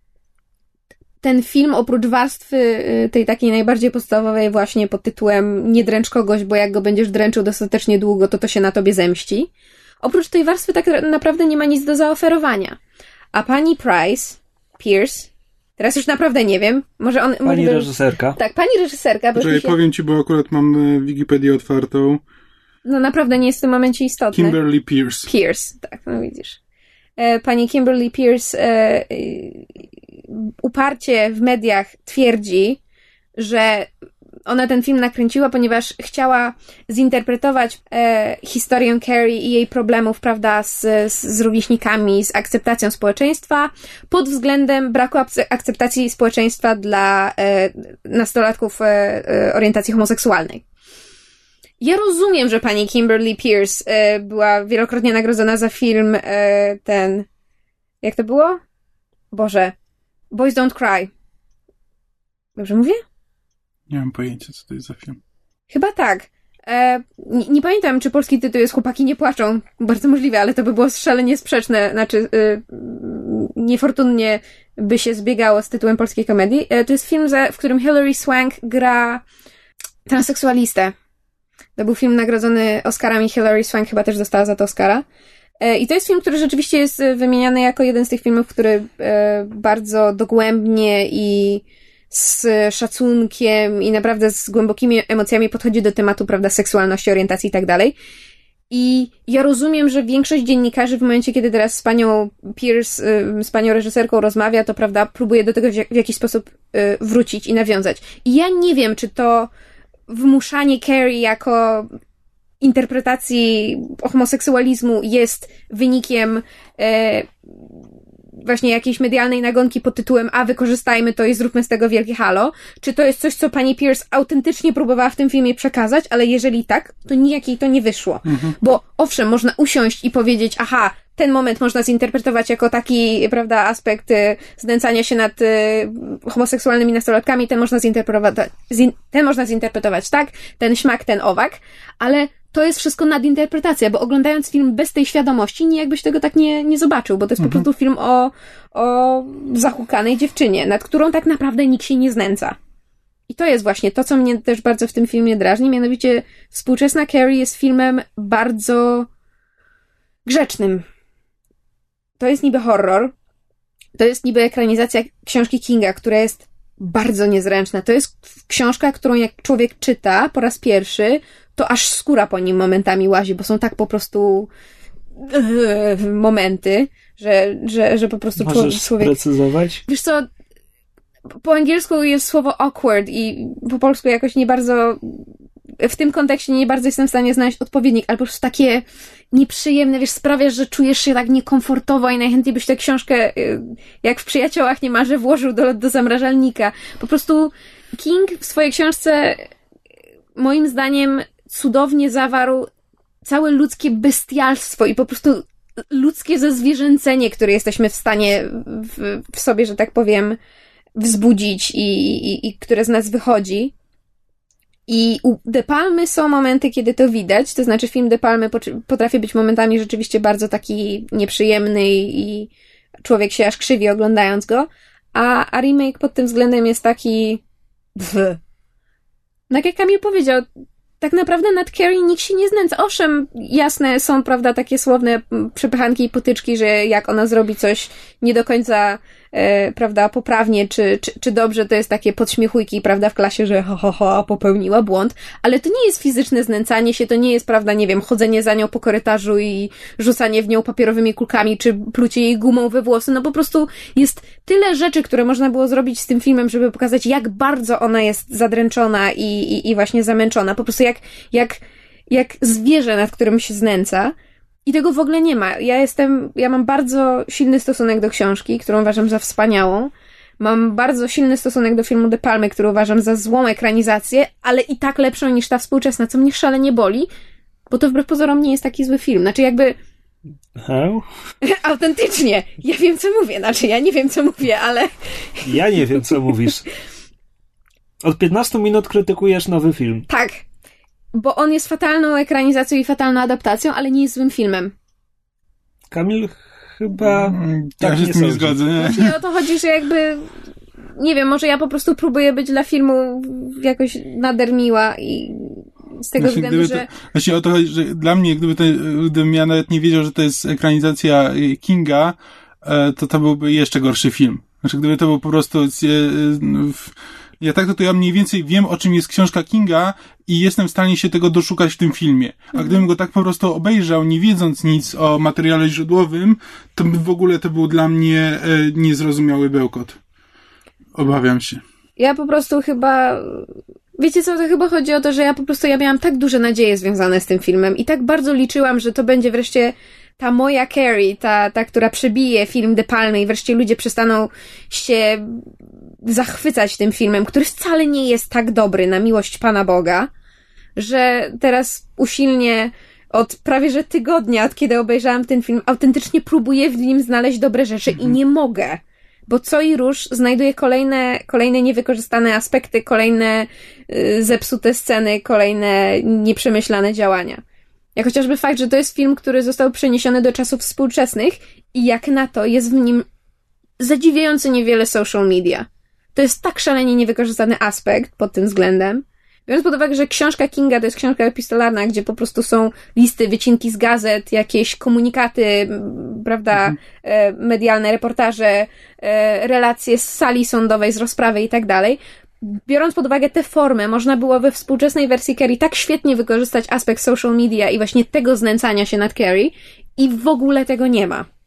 ten film oprócz warstwy tej takiej najbardziej podstawowej właśnie pod tytułem nie dręcz kogoś, bo jak go będziesz dręczył dostatecznie długo, to to się na tobie zemści. Oprócz tej warstwy tak naprawdę nie ma nic do zaoferowania. A pani Price, Pierce, teraz już naprawdę nie wiem, może on... Pani może reżyserka. Tak, pani reżyserka. Bo się... powiem ci, bo akurat mam Wikipedię otwartą. No naprawdę nie jest w tym momencie istotne. Kimberly Pierce. Pierce, tak, no widzisz. Pani Kimberly Pierce e, uparcie w mediach twierdzi, że ona ten film nakręciła, ponieważ chciała zinterpretować e, historię Carrie i jej problemów, prawda, z, z, z rówieśnikami, z akceptacją społeczeństwa, pod względem braku akceptacji społeczeństwa dla e, nastolatków e, e, orientacji homoseksualnej. Ja rozumiem, że pani Kimberly Pierce e, była wielokrotnie nagrodzona za film e, ten... Jak to było? Boże. Boys Don't Cry. Dobrze mówię? Nie mam pojęcia, co to jest za film. Chyba tak. E, nie, nie pamiętam, czy polski tytuł jest Chłopaki nie płaczą. Bardzo możliwe, ale to by było szalenie sprzeczne. Znaczy, e, niefortunnie by się zbiegało z tytułem polskiej komedii. E, to jest film, za, w którym Hilary Swank gra transseksualistę. To był film nagrodzony Oscarami. Hilary Swank chyba też dostała za to Oscara. I to jest film, który rzeczywiście jest wymieniany jako jeden z tych filmów, który bardzo dogłębnie i z szacunkiem i naprawdę z głębokimi emocjami podchodzi do tematu, prawda, seksualności, orientacji i tak dalej. I ja rozumiem, że większość dziennikarzy w momencie, kiedy teraz z panią Pierce, z panią reżyserką rozmawia, to, prawda, próbuje do tego w jakiś sposób wrócić i nawiązać. I ja nie wiem, czy to wmuszanie Carrie jako interpretacji homoseksualizmu jest wynikiem e, właśnie jakiejś medialnej nagonki pod tytułem a wykorzystajmy to i zróbmy z tego wielkie halo, czy to jest coś, co pani Pierce autentycznie próbowała w tym filmie przekazać, ale jeżeli tak, to nijak jej to nie wyszło. Mhm. Bo owszem, można usiąść i powiedzieć, aha, ten moment można zinterpretować jako taki, prawda, aspekt y, znęcania się nad y, homoseksualnymi nastolatkami, ten można zinterpretować, zin, ten można zinterpretować tak, ten śmak, ten owak, ale to jest wszystko nadinterpretacja, bo oglądając film bez tej świadomości, nijak byś tego tak nie, nie zobaczył, bo to jest mhm. po prostu film o, o zahukanej dziewczynie, nad którą tak naprawdę nikt się nie znęca. I to jest właśnie to, co mnie też bardzo w tym filmie drażni, mianowicie współczesna Carrie jest filmem bardzo grzecznym. To jest niby horror, to jest niby ekranizacja książki Kinga, która jest bardzo niezręczna. To jest książka, którą jak człowiek czyta po raz pierwszy, to aż skóra po nim momentami łazi, bo są tak po prostu yy, momenty, że, że, że po prostu Możesz człowiek... sprecyzować? Wiesz co, po angielsku jest słowo awkward i po polsku jakoś nie bardzo... W tym kontekście nie bardzo jestem w stanie znaleźć odpowiednik, ale po prostu takie nieprzyjemne, wiesz, sprawia, że czujesz się tak niekomfortowo i najchętniej byś tę książkę, jak w Przyjaciołach nie marze, włożył do, do zamrażalnika. Po prostu King w swojej książce moim zdaniem cudownie zawarł całe ludzkie bestialstwo i po prostu ludzkie zezwierzęcenie, które jesteśmy w stanie w, w sobie, że tak powiem, wzbudzić i, i, i które z nas wychodzi. I u De Palmy są momenty, kiedy to widać, to znaczy film De Palmy potrafi być momentami rzeczywiście bardzo taki nieprzyjemny i człowiek się aż krzywi oglądając go, a, a remake pod tym względem jest taki... Pff. Tak jak Kamil powiedział, tak naprawdę nad Carrie nikt się nie znęca. Owszem, jasne, są, prawda, takie słowne przepychanki i potyczki, że jak ona zrobi coś nie do końca, e, prawda, poprawnie, czy, czy, czy dobrze, to jest takie podśmiechujki, prawda, w klasie, że ho, ho, ho, popełniła błąd, ale to nie jest fizyczne znęcanie się, to nie jest, prawda, nie wiem, chodzenie za nią po korytarzu i rzucanie w nią papierowymi kulkami, czy plucie jej gumą we włosy, no po prostu jest tyle rzeczy, które można było zrobić z tym filmem, żeby pokazać, jak bardzo ona jest zadręczona i, i, i właśnie zamęczona, po prostu jak, jak, jak zwierzę, nad którym się znęca. I tego w ogóle nie ma. Ja jestem, ja mam bardzo silny stosunek do książki, którą uważam za wspaniałą. Mam bardzo silny stosunek do filmu De Palmy, który uważam za złą ekranizację, ale i tak lepszą niż ta współczesna, co mnie szalenie boli, bo to wbrew pozorom nie jest taki zły film. Znaczy jakby... How? Autentycznie. Ja wiem, co mówię. Znaczy ja nie wiem, co mówię, ale... Ja nie wiem, co mówisz. Od piętnastu minut krytykujesz nowy film. Tak. Bo on jest fatalną ekranizacją i fatalną adaptacją, ale nie jest złym filmem. Kamil chyba... Mm, tak ja się z tym nie zgodzę. Nie? Właśnie o to chodzi, że jakby... Nie wiem, może ja po prostu próbuję być dla filmu jakoś nader miła i z tego właśnie względu, że... To, właśnie o to chodzi, że dla mnie, gdyby to, gdybym ja nawet nie wiedział, że to jest ekranizacja Kinga, to to byłby jeszcze gorszy film. Znaczy, gdyby to był po prostu... Ja tak to, to ja mniej więcej wiem, o czym jest książka Kinga i jestem w stanie się tego doszukać w tym filmie. A mhm. gdybym go tak po prostu obejrzał, nie wiedząc nic o materiale źródłowym, to by w ogóle to był dla mnie e, niezrozumiały bełkot. Obawiam się. Ja po prostu chyba... Wiecie co, to chyba chodzi o to, że ja po prostu ja miałam tak duże nadzieje związane z tym filmem i tak bardzo liczyłam, że to będzie wreszcie ta moja Carrie, ta, ta, która przebije film De Palmy i wreszcie ludzie przestaną się zachwycać tym filmem, który wcale nie jest tak dobry, na miłość Pana Boga, że teraz usilnie od prawie że tygodnia, od kiedy obejrzałam ten film, autentycznie próbuję w nim znaleźć dobre rzeczy mhm. i nie mogę. Bo co i róż znajduję kolejne, kolejne niewykorzystane aspekty, kolejne y, zepsute sceny, kolejne nieprzemyślane działania. Jak chociażby fakt, że to jest film, który został przeniesiony do czasów współczesnych i jak na to jest w nim zadziwiająco niewiele social media. To jest tak szalenie niewykorzystany aspekt pod tym względem. Biorąc pod uwagę, że książka Kinga to jest książka epistolarna, gdzie po prostu są listy, wycinki z gazet, jakieś komunikaty, prawda, mhm. medialne reportaże, relacje z sali sądowej, z rozprawy i tak dalej. Biorąc pod uwagę tę formę, można było we współczesnej wersji Carrie tak świetnie wykorzystać aspekt social media i właśnie tego znęcania się nad Carrie i w ogóle tego nie ma.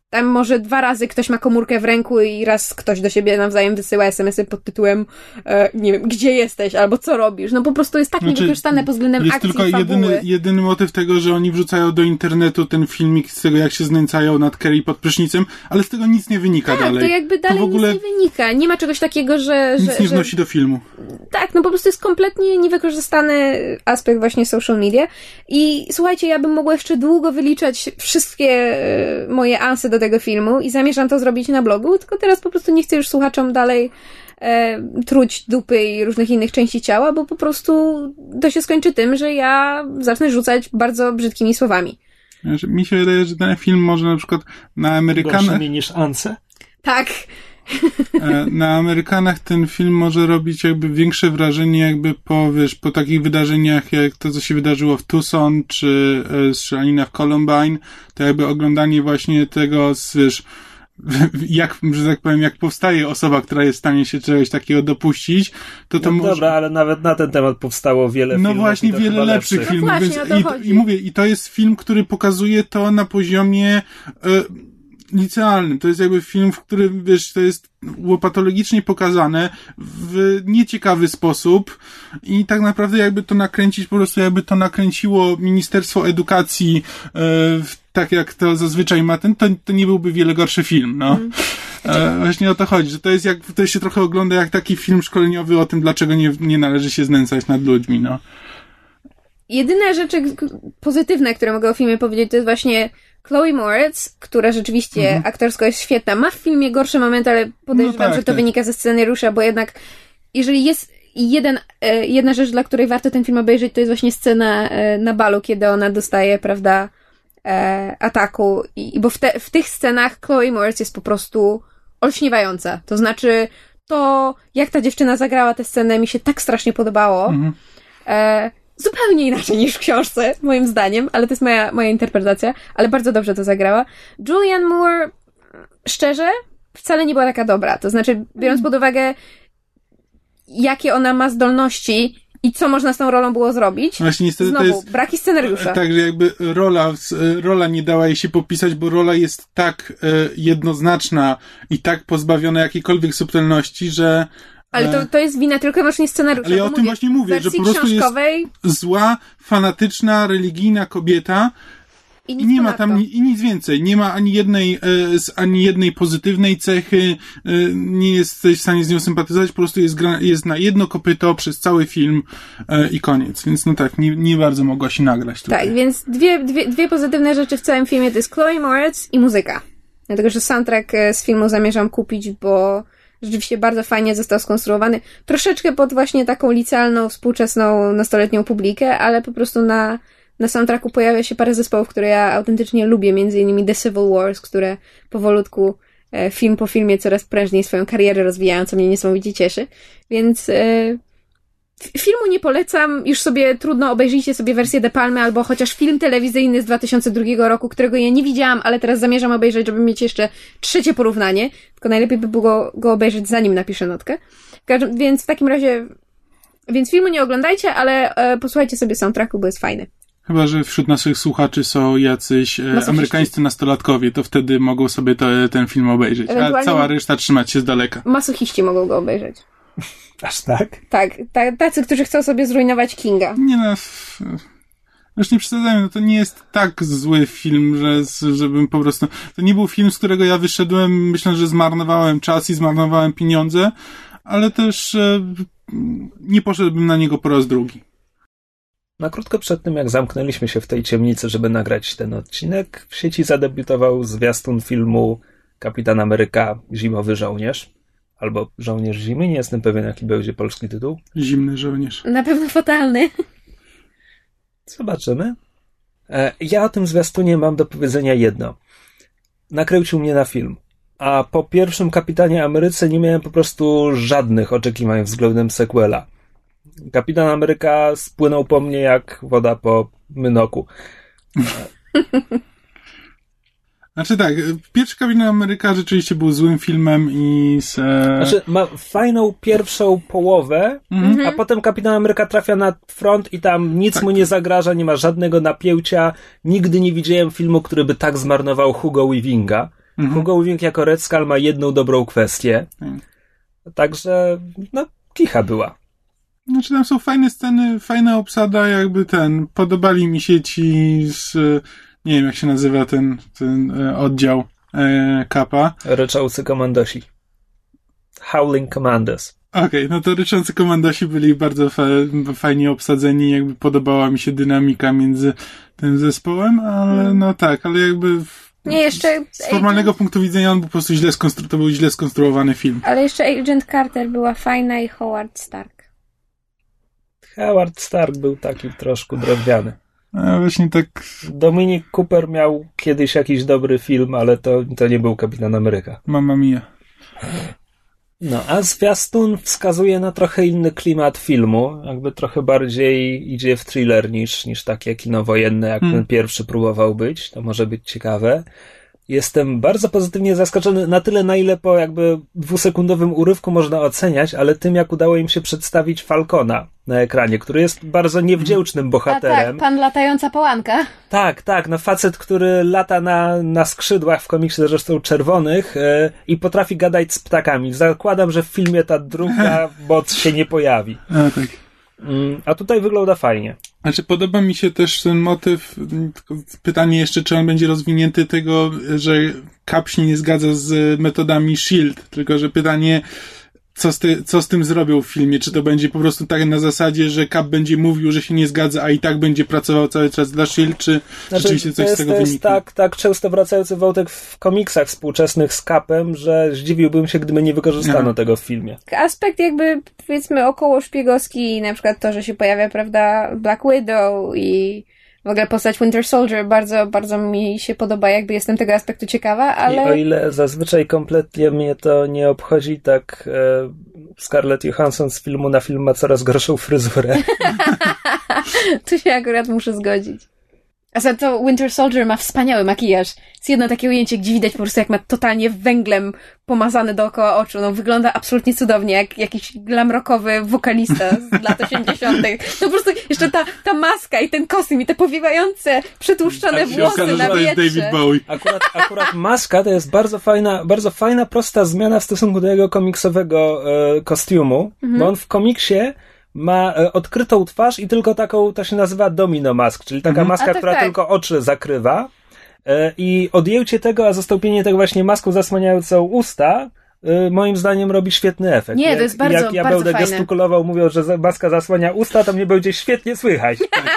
tam może dwa razy ktoś ma komórkę w ręku i raz ktoś do siebie nawzajem wysyła es em esy pod tytułem e, nie wiem, gdzie jesteś, albo co robisz. No po prostu jest tak znaczy, niewykorzystane pod względem jest akcji, tylko jedyny, jedyny motyw tego, że oni wrzucają do internetu ten filmik z tego, jak się znęcają nad Carrie pod prysznicem, ale z tego nic nie wynika tak, dalej. to jakby dalej to w ogóle nic nie wynika. Nie ma czegoś takiego, że... Nic że, nie wnosi że... do filmu. Tak, no po prostu jest kompletnie niewykorzystany aspekt właśnie social media i słuchajcie, ja bym mogła jeszcze długo wyliczać wszystkie moje ansy do tego filmu i zamierzam to zrobić na blogu, tylko teraz po prostu nie chcę już słuchaczom dalej e, truć dupy i różnych innych części ciała, bo po prostu to się skończy tym, że ja zacznę rzucać bardzo brzydkimi słowami. Mi się wydaje, że ten film może na przykład na Amerykanach... Gorszymi niż Anse? Tak. Na Amerykanach ten film może robić jakby większe wrażenie jakby po, wiesz, po takich wydarzeniach jak to, co się wydarzyło w Tucson, czy e, strzelanina w Columbine, to jakby oglądanie właśnie tego, z, wiesz, jak, że tak powiem, jak powstaje osoba, która jest w stanie się czegoś takiego dopuścić, to to no może... Dobra, ale nawet na ten temat powstało wiele no filmów. No właśnie, wiele lepszych, lepszych filmów. No więc, właśnie, i, I mówię, i to jest film, który pokazuje to na poziomie e, licealnym. To jest jakby film, w którym, wiesz, to jest łopatologicznie pokazane w nieciekawy sposób i tak naprawdę jakby to nakręcić, po prostu jakby to nakręciło Ministerstwo Edukacji e, tak jak to zazwyczaj ma ten, to, to nie byłby wiele gorszy film, no. Mm. E, właśnie o to chodzi, że to jest jak, to się trochę ogląda jak taki film szkoleniowy o tym, dlaczego nie, nie należy się znęcać nad ludźmi, no. Jedyne rzeczy pozytywne, które mogę o filmie powiedzieć, to jest właśnie Chloe Moretz, która rzeczywiście mhm. aktorsko jest świetna. Ma w filmie gorszy moment, ale podejrzewam, no tak, że to tak. wynika ze scenariusza, bo jednak jeżeli jest jeden, jedna rzecz, dla której warto ten film obejrzeć, to jest właśnie scena na balu, kiedy ona dostaje, prawda, ataku. I, bo w, te, w tych scenach Chloe Moretz jest po prostu olśniewająca. To znaczy to, jak ta dziewczyna zagrała tę scenę, mi się tak strasznie podobało. Mhm. E, Zupełnie inaczej niż w książce, moim zdaniem, ale to jest moja, moja interpretacja, ale bardzo dobrze to zagrała. Julianne Moore, szczerze, wcale nie była taka dobra. To znaczy, biorąc pod uwagę, jakie ona ma zdolności i co można z tą rolą było zrobić, właśnie niestety znowu, to jest, braki scenariusza. Tak, że jakby rola, rola nie dała jej się popisać, bo rola jest tak e, jednoznaczna i tak pozbawiona jakiejkolwiek subtelności, że ale to, to jest wina tylko i wyłącznie scenariusza. Ale ja o tym mówię, właśnie mówię, że po prostu książkowej... jest zła, fanatyczna, religijna kobieta i, i nie ma tam ni, i nic więcej. Nie ma ani jednej, e, ani jednej pozytywnej cechy, e, nie jesteś w stanie z nią sympatyzować, po prostu jest, gra, jest na jedno kopyto przez cały film e, i koniec. Więc no tak, nie, nie bardzo mogła się nagrać tutaj. Tak, więc dwie, dwie, dwie pozytywne rzeczy w całym filmie to jest Chloe Moretz i muzyka. Dlatego, że soundtrack z filmu zamierzam kupić, bo rzeczywiście bardzo fajnie został skonstruowany. Troszeczkę pod właśnie taką licealną, współczesną, nastoletnią publikę, ale po prostu na, na soundtracku pojawia się parę zespołów, które ja autentycznie lubię, między innymi The Civil Wars, które powolutku, e, film po filmie coraz prężniej swoją karierę rozwijają, co mnie niesamowicie cieszy. Więc e, filmu nie polecam, już sobie trudno, obejrzyjcie sobie wersję De Palmy, albo chociaż film telewizyjny z dwa tysiące drugiego roku, którego ja nie widziałam, ale teraz zamierzam obejrzeć, żeby mieć jeszcze trzecie porównanie, tylko najlepiej by było go obejrzeć, zanim napiszę notkę. Więc w takim razie, więc filmu nie oglądajcie, ale e, posłuchajcie sobie soundtracku, bo jest fajny. Chyba że wśród naszych słuchaczy są jacyś e, amerykańscy nastolatkowie, to wtedy mogą sobie to, ten film obejrzeć, a cała reszta trzymać się z daleka. Masochiści mogą go obejrzeć. Aż tak? Tak, ta, tacy, którzy chcą sobie zrujnować Kinga. Nie no, już nie przesadzajmy, no to nie jest tak zły film, że, żebym po prostu... To nie był film, z którego ja wyszedłem, myślę, że zmarnowałem czas i zmarnowałem pieniądze, ale też e, nie poszedłbym na niego po raz drugi. Na krótko przed tym, jak zamknęliśmy się w tej ciemnicy, żeby nagrać ten odcinek, w sieci zadebiutował zwiastun filmu Kapitan Ameryka Zimowy Żołnierz. Albo Żołnierz Zimy, nie jestem pewien, jaki będzie polski tytuł. Zimny żołnierz. Na pewno fatalny. Zobaczymy. Ja o tym zwiastunie mam do powiedzenia jedno. Nakręcił mnie na film. A po pierwszym Kapitanie Ameryce nie miałem po prostu żadnych oczekiwań względem sequela. Kapitan Ameryka spłynął po mnie jak woda po mynoku. Znaczy tak, pierwszy Kapitan Ameryka rzeczywiście był złym filmem i z... Znaczy ma fajną pierwszą połowę, mm-hmm. a potem Kapitan Ameryka trafia na front i tam nic tak. mu nie zagraża, nie ma żadnego napięcia. Nigdy nie widziałem filmu, który by tak zmarnował Hugo Weavinga. Mhm. Hugo Weaving jako Red Skull ma jedną dobrą kwestię. Mhm. Także, no, kicha była. Znaczy tam są fajne sceny, fajna obsada, jakby ten, podobali mi się ci z, nie wiem jak się nazywa ten, ten e, oddział e, Kappa. Ryczący komandosi. Howling Commandos. Okej, okay, no to ryczący komandosi byli bardzo fa- fajnie obsadzeni, jakby podobała mi się dynamika między tym zespołem, ale no tak, ale jakby w, nie, jeszcze z formalnego Agent... punktu widzenia on był po prostu źle skonstru- to był źle skonstruowany film. Ale jeszcze Agent Carter była fajna i Howard Stark. Howard Stark był taki troszkę drewniany. A właśnie tak... Dominic Cooper miał kiedyś jakiś dobry film, ale to, to nie był Kapitan Ameryka. Mamma mia. No, a zwiastun wskazuje na trochę inny klimat filmu. Jakby trochę bardziej idzie w thriller niż, niż takie kino wojenne, jak hmm. ten pierwszy próbował być. To może być ciekawe. Jestem bardzo pozytywnie zaskoczony na tyle, na ile po jakby dwusekundowym urywku można oceniać, ale tym, jak udało im się przedstawić Falcona na ekranie, który jest bardzo niewdzięcznym bohaterem. A tak, pan latająca połanka. Tak, tak, no facet, który lata na, na skrzydłach, w komiksie zresztą czerwonych yy, i potrafi gadać z ptakami. Zakładam, że w filmie ta druga moc się nie pojawi. A, tak. Yy, a tutaj wygląda fajnie. Znaczy, podoba mi się też ten motyw, pytanie jeszcze, czy on będzie rozwinięty tego, że Cap się nie zgadza z metodami SHIELD, tylko że pytanie, co z, ty, co z tym zrobią w filmie, czy to będzie po prostu tak na zasadzie, że Cap będzie mówił, że się nie zgadza, a i tak będzie pracował cały czas dla SHIELD, czy znaczy, rzeczywiście coś jest, z tego wynika? To wyniknie? jest tak, tak często wracający wątek w komiksach współczesnych z Capem, że zdziwiłbym się, gdyby nie wykorzystano Aha. tego w filmie. Aspekt jakby, powiedzmy, około szpiegowski, na przykład to, że się pojawia, prawda, Black Widow i w ogóle postać Winter Soldier, bardzo, bardzo mi się podoba, jakby jestem tego aspektu ciekawa, ale... I o ile zazwyczaj kompletnie mnie to nie obchodzi, tak e, Scarlett Johansson z filmu na film ma coraz gorszą fryzurę. Tu się akurat muszę zgodzić. A za to Winter Soldier ma wspaniały makijaż. Jest jedno takie ujęcie, gdzie widać po prostu, jak ma totalnie węglem pomazane dookoła oczu. No, wygląda absolutnie cudownie, jak jakiś glamrockowy wokalista z lat osiemdziesiątych. No po prostu jeszcze ta, ta maska i ten kostium i te powiewające, przytłuszczone włosy okaże, na wietrze. David Bowie. Akurat, akurat maska to jest bardzo fajna, bardzo fajna, prosta zmiana w stosunku do jego komiksowego e, kostiumu, mhm. bo on w komiksie ma e, odkrytą twarz i tylko taką, to się nazywa domino mask, czyli taka mhm. maska, tak, która tak. tylko oczy zakrywa. E, I odjęcie tego, a zastąpienie tego właśnie maską zasłaniającą usta, e, moim zdaniem robi świetny efekt. Nie, to jest bardzo, jak ja bardzo będę fajne. gestykulował, mówiąc, że maska zasłania usta, to mnie będzie świetnie słychać.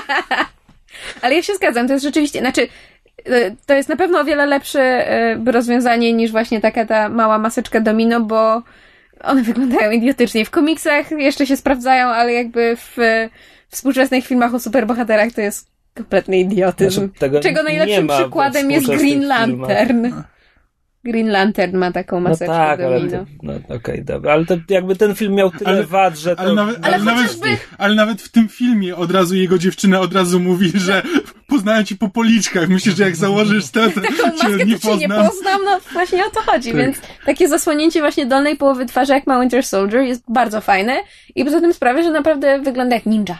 Ale ja się zgadzam, to jest rzeczywiście, znaczy to jest na pewno o wiele lepsze rozwiązanie niż właśnie taka ta mała maseczka domino, bo one wyglądają idiotycznie. W komiksach jeszcze się sprawdzają, ale jakby w współczesnych filmach o superbohaterach to jest kompletny idiotyzm. Znaczy, czego najlepszym przykładem jest Green Lantern. Filmach. Green Lantern ma taką maseczkę no tak, domino. Ale to, no okej, okay, dobra. Ale to jakby ten film miał tyle ale, wad, że to... Ale nawet, ale, ale, nawet, chociażby... ale nawet w tym filmie od razu jego dziewczyna od razu mówi, że poznają ci po policzkach. Myślisz, że jak założysz tę, to cię nie poznam. nie poznam, no właśnie o to chodzi. Tak. Więc takie zasłonięcie właśnie dolnej połowy twarzy, jak ma Winter Soldier, jest bardzo fajne i poza tym sprawia, że naprawdę wygląda jak ninja.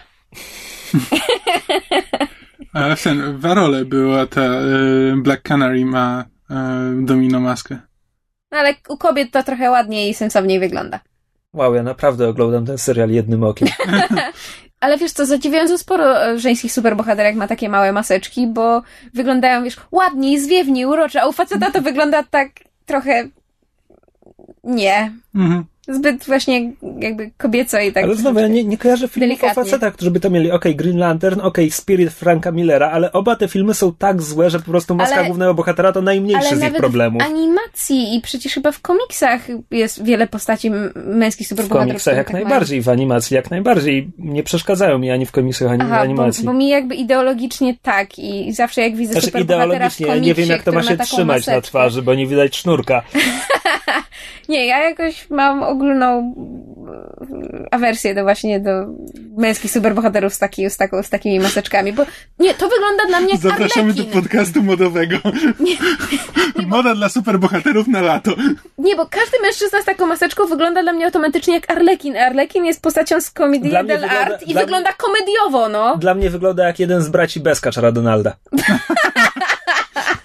A w ten, w Arole była ta y, Black Canary ma domino maskę. No ale u kobiet to trochę ładniej i sensowniej wygląda. Wow, ja naprawdę oglądam ten serial jednym okiem. Ale wiesz co, zadziwiająco sporo żeńskich superbohaterek ma takie małe maseczki, bo wyglądają, wiesz, ładniej, zwiewniej, urocze, a u faceta to wygląda tak trochę... nie. Mhm. Zbyt właśnie jakby kobieco i tak... Ale znowu, ja nie, nie kojarzę filmów o facetach, którzy by to mieli. Okej, okay, Green Lantern, okej, okay, Spirit Franka Millera, ale oba te filmy są tak złe, że po prostu maska ale, głównego bohatera to najmniejszy z ich problemów. Ale nawet w animacji i przecież chyba w komiksach jest wiele postaci męskich superbohaterów. W komiksach jak tak najbardziej, mają. W animacji jak najbardziej. Nie przeszkadzają mi ani w komiksach, ani Aha, w animacji. Bo, bo mi jakby ideologicznie tak i zawsze jak widzę znaczy, superbohatera w komiksie, nie wiem jak to ma się trzymać maseczkę. Na twarzy, bo nie widać sznurka. Nie, ja jakoś mam ogólną awersję do właśnie do męskich superbohaterów z, taki, z, taką, z takimi maseczkami, bo nie, to wygląda dla mnie Zapraszamy Arlekin. Do podcastu modowego. Nie, nie, Moda bo... dla superbohaterów na lato. Nie, bo każdy mężczyzna z taką maseczką wygląda dla mnie automatycznie jak Arlekin. Arlekin jest postacią z Comedy del Art i wygląda mnie, komediowo, no. Dla mnie wygląda jak jeden z braci Beska, czara Donalda.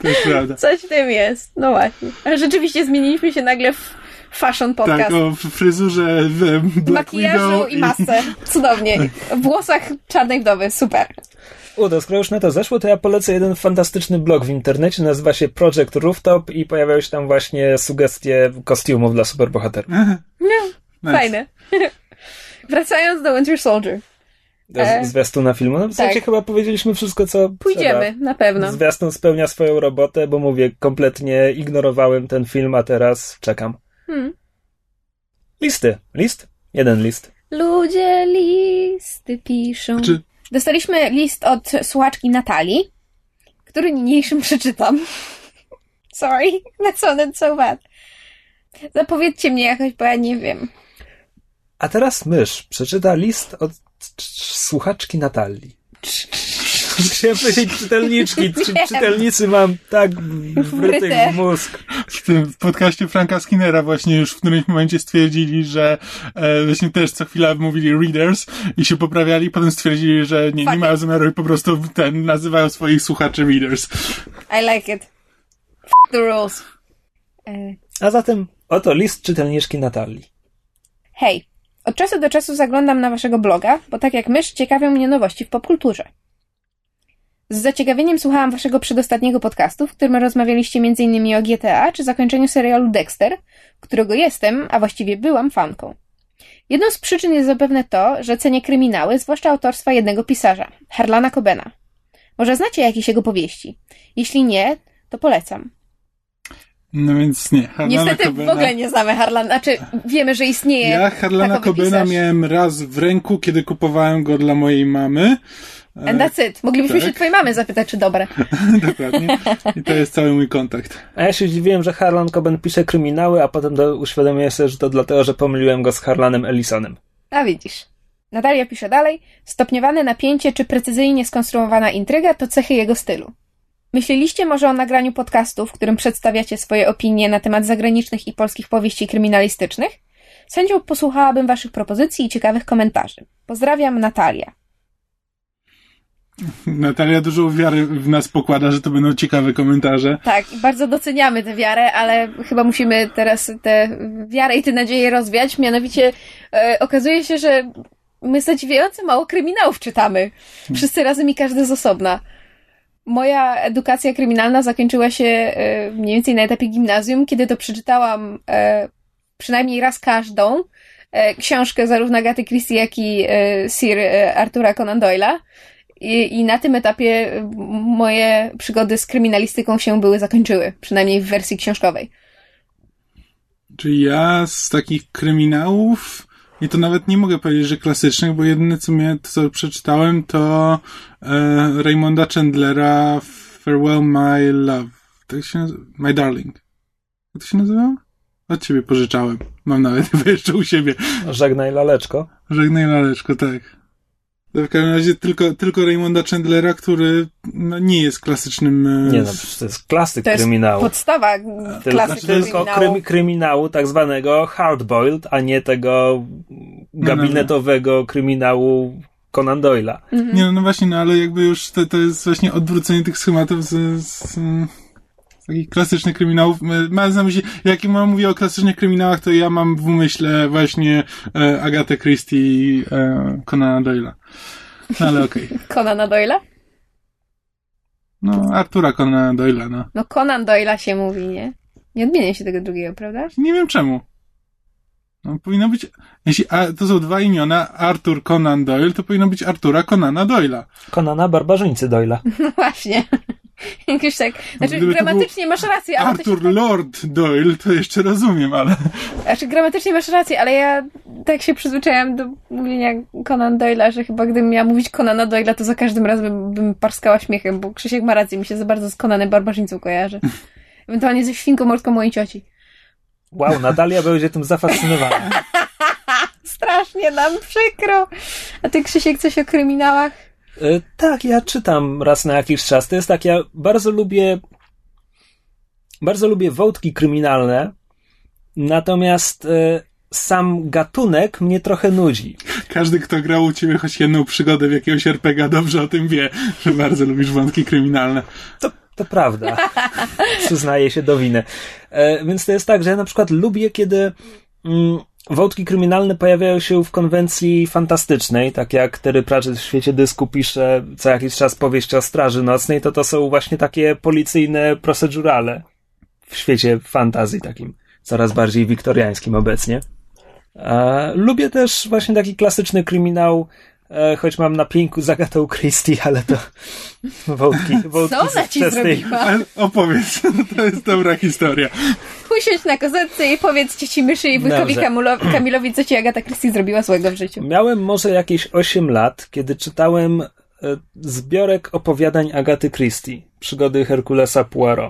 To jest prawda. Coś w tym jest. No właśnie. Ale rzeczywiście zmieniliśmy się nagle w fashion podcast. Tak, o fryzurze, w Black makijażu Widow i masce. Cudownie. W włosach czarnej wdowy. Super. Udo, skoro już na to zeszło, to ja polecę jeden fantastyczny blog w internecie, nazywa się Project Rooftop i pojawiają się tam właśnie sugestie kostiumów dla superbohaterów. No, nice. Fajne. Wracając do Winter Soldier. Do e... zwiastuna filmu. No w zasadzie tak. Chyba powiedzieliśmy wszystko, co Pójdziemy, trzeba. Na pewno. Zwiastun spełnia swoją robotę, bo mówię, kompletnie ignorowałem ten film, a teraz czekam. Hmm. Listy. List? Jeden list. Ludzie listy piszą. Czy... Dostaliśmy list od słuchaczki Natalii, który niniejszym przeczytam. Sorry, that sounded so bad. Zapowiedzcie mnie jakoś, bo ja nie wiem. A teraz mysz przeczyta list od słuchaczki Natalii. Chciałem powiedzieć czytelniczki. Czy, czytelnicy mam tak wrytych w mózg. W tym w podcaście Franka Skinnera właśnie już w którymś momencie stwierdzili, że e, właśnie też co chwila mówili readers i się poprawiali, potem stwierdzili, że nie, nie mają zamiaru i po prostu ten, nazywają swoich słuchaczy readers. I like it. F*** the rules. E... A zatem oto list czytelniczki Natalii. Hej, od czasu do czasu zaglądam na waszego bloga, bo tak jak mysz ciekawią mnie nowości w popkulturze. Z zaciekawieniem słuchałam waszego przedostatniego podcastu, w którym rozmawialiście między innymi o G T A czy zakończeniu serialu Dexter, którego jestem, a właściwie byłam fanką. Jedną z przyczyn jest zapewne to, że cenię kryminały, zwłaszcza autorstwa jednego pisarza, Harlana Cobena. Może znacie jakieś jego powieści? Jeśli nie, to polecam. No więc nie. Harlana Niestety Cobena... w ogóle nie znamy Harlana, znaczy wiemy, że istnieje. Ja Harlana Cobena pisarz. Miałem raz w ręku, kiedy kupowałem go dla mojej mamy. And that's it. Moglibyśmy tak. się twojej mamy zapytać, czy dobre. Dokładnie. I to jest cały mój kontakt. A ja się zdziwiłem, że Harlan Coben pisze kryminały, a potem do, uświadomiłem sobie, że to dlatego, że pomyliłem go z Harlanem Ellisonem. A widzisz. Natalia pisze dalej. Stopniowane napięcie czy precyzyjnie skonstruowana intryga to cechy jego stylu. Myśleliście może o nagraniu podcastu, w którym przedstawiacie swoje opinie na temat zagranicznych i polskich powieści kryminalistycznych? Z chęcią posłuchałabym waszych propozycji i ciekawych komentarzy. Pozdrawiam, Natalia. Natalia dużo wiary w nas pokłada, że to będą ciekawe komentarze. Tak, i bardzo doceniamy tę wiarę, ale chyba musimy teraz tę wiarę i tę nadzieję rozwiać. Mianowicie e, okazuje się, że my zadziwiająco mało kryminałów czytamy. Wszyscy razem i każdy z osobna. Moja edukacja kryminalna zakończyła się e, mniej więcej na etapie gimnazjum, kiedy to przeczytałam e, przynajmniej raz każdą e, książkę zarówno Agaty Christie, jak i e, Sir e, Artura Conan Doyle'a. I, I na tym etapie moje przygody z kryminalistyką się były zakończyły, przynajmniej w wersji książkowej. Czyli ja z takich kryminałów, i to nawet nie mogę powiedzieć, że klasycznych, bo jedyne co, mnie, co przeczytałem to e, Raymonda Chandlera Farewell My Love. Tak się nazywa? My Darling. Jak to się nazywało? Od ciebie pożyczałem. Mam nawet jeszcze u siebie. Żegnaj laleczko. Żegnaj laleczko, tak. W każdym razie tylko, tylko Raymonda Chandlera, który no, nie jest klasycznym... Nie no, to jest klasyk to kryminału. To jest podstawa klasyku To jest kryminału. kryminału tak zwanego hardboiled, a nie tego gabinetowego no, no. kryminału Conan Doyle'a. Mhm. Nie no, no właśnie, no ale jakby już to, to jest właśnie odwrócenie tych schematów z... z takich klasycznych kryminałów. Mam na myśli, jak mam mówię o klasycznych kryminałach, to ja mam w umyśle właśnie e, Agatę Christie i e, Conana Doyle'a. No ale okej. Okay. Conana Doyle'a? No, Artura Conana Doyle'a, no. No Conan Doyle'a się mówi, nie? Nie odmienia się tego drugiego, prawda? Nie wiem czemu. No, powinno być... Jeśli a, to są dwa imiona, Arthur Conan Doyle, to powinno być Artura Conana Doyle'a. Conana Barbarzyńcy Doyle'a. No właśnie. Jakoś tak. Znaczy, Gdyby gramatycznie masz rację, ale... Arthur tak... Lord Doyle, to jeszcze rozumiem, ale... Znaczy, gramatycznie masz rację, ale ja tak się przyzwyczaiłam do mówienia Conan Doyle'a, że chyba gdybym miała mówić Conana Doyle'a, to za każdym razem bym, bym parskała śmiechem, bo Krzysiek ma rację, mi się za bardzo z Conanem Barbarzyńcą kojarzy. Ewentualnie ze świnką morską mojej cioci. Wow, Natalia będzie tym zafascynowana. Strasznie nam przykro. A ty, Krzysiek, coś o kryminałach? Yy, tak, ja czytam raz na jakiś czas. To jest tak, ja bardzo lubię bardzo lubię wątki kryminalne, natomiast yy, sam gatunek mnie trochę nudzi. Każdy, kto grał u ciebie choć jedną przygodę w jakiegoś er pe gie, dobrze o tym wie, że bardzo lubisz wątki kryminalne. To To prawda. Przyznaję się do winy. E, więc to jest tak, że ja na przykład lubię, kiedy mm, wątki kryminalne pojawiają się w konwencji fantastycznej, tak jak Terry Pratchett w Świecie Dysku pisze co jakiś czas powieść o Straży Nocnej, to to są właśnie takie policyjne procedurale w świecie fantazji takim coraz bardziej wiktoriańskim obecnie. E, lubię też właśnie taki klasyczny kryminał, e, choć mam na pięku z Agatą Christie, ale to wątki, wątki co ona ci zrobiła? Opowiedz, to jest dobra historia. Usiądź na kozetce i powiedz cieci myszy i wujkowi Kamulo- Kamilowi, co ci Agata Christie zrobiła złego w życiu. Miałem może jakieś osiem lat, kiedy czytałem e, zbiorek opowiadań Agaty Christie, Przygody Herkulesa Poirot.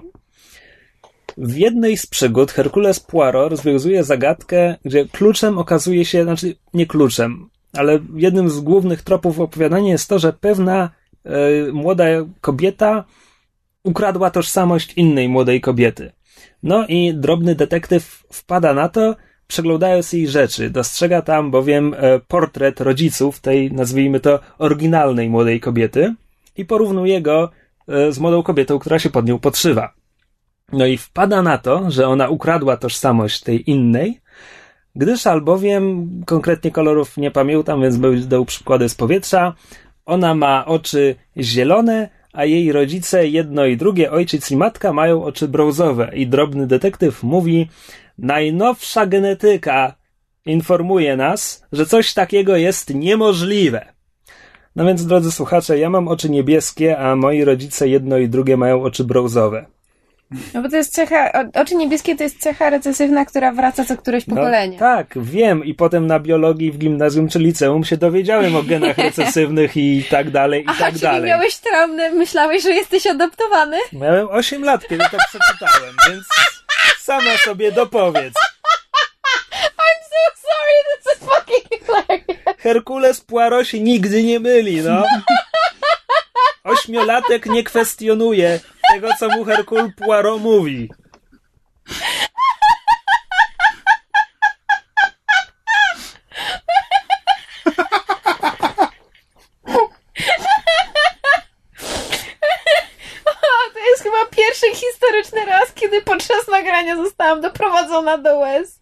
W jednej z przygód Herkules Poirot rozwiązuje zagadkę, gdzie kluczem okazuje się, znaczy nie kluczem, ale jednym z głównych tropów opowiadania jest to, że pewna e, młoda kobieta ukradła tożsamość innej młodej kobiety. No i drobny detektyw wpada na to, przeglądając jej rzeczy. Dostrzega tam bowiem e, portret rodziców tej, nazwijmy to, oryginalnej młodej kobiety i porównuje go e, z młodą kobietą, która się pod nią podszywa. No i wpada na to, że ona ukradła tożsamość tej innej, gdyż albowiem, konkretnie kolorów nie pamiętam, więc będę przykłady z powietrza, ona ma oczy zielone, a jej rodzice, jedno i drugie, ojciec i matka, mają oczy brązowe. I drobny detektyw mówi, najnowsza genetyka informuje nas, że coś takiego jest niemożliwe. No więc, drodzy słuchacze, ja mam oczy niebieskie, a moi rodzice, jedno i drugie, mają oczy brązowe. No bo to jest cecha, oczy niebieskie to jest cecha recesywna, która wraca co któreś pokolenie. No, tak, wiem. I potem na biologii w gimnazjum czy liceum się dowiedziałem o genach recesywnych i tak dalej, i Aha, tak czyli dalej. miałeś traumę, myślałeś, że jesteś adoptowany? Miałem osiem lat, kiedy to przeczytałem, więc sama sobie dopowiedz. I'm so sorry, this is fucking hilarious. Herkules Poirot się nigdy nie myli, no. Ośmiolatek nie kwestionuje tego, co mu Hercule Poirot mówi. To jest chyba pierwszy historyczny raz, kiedy podczas nagrania zostałam doprowadzona do łez.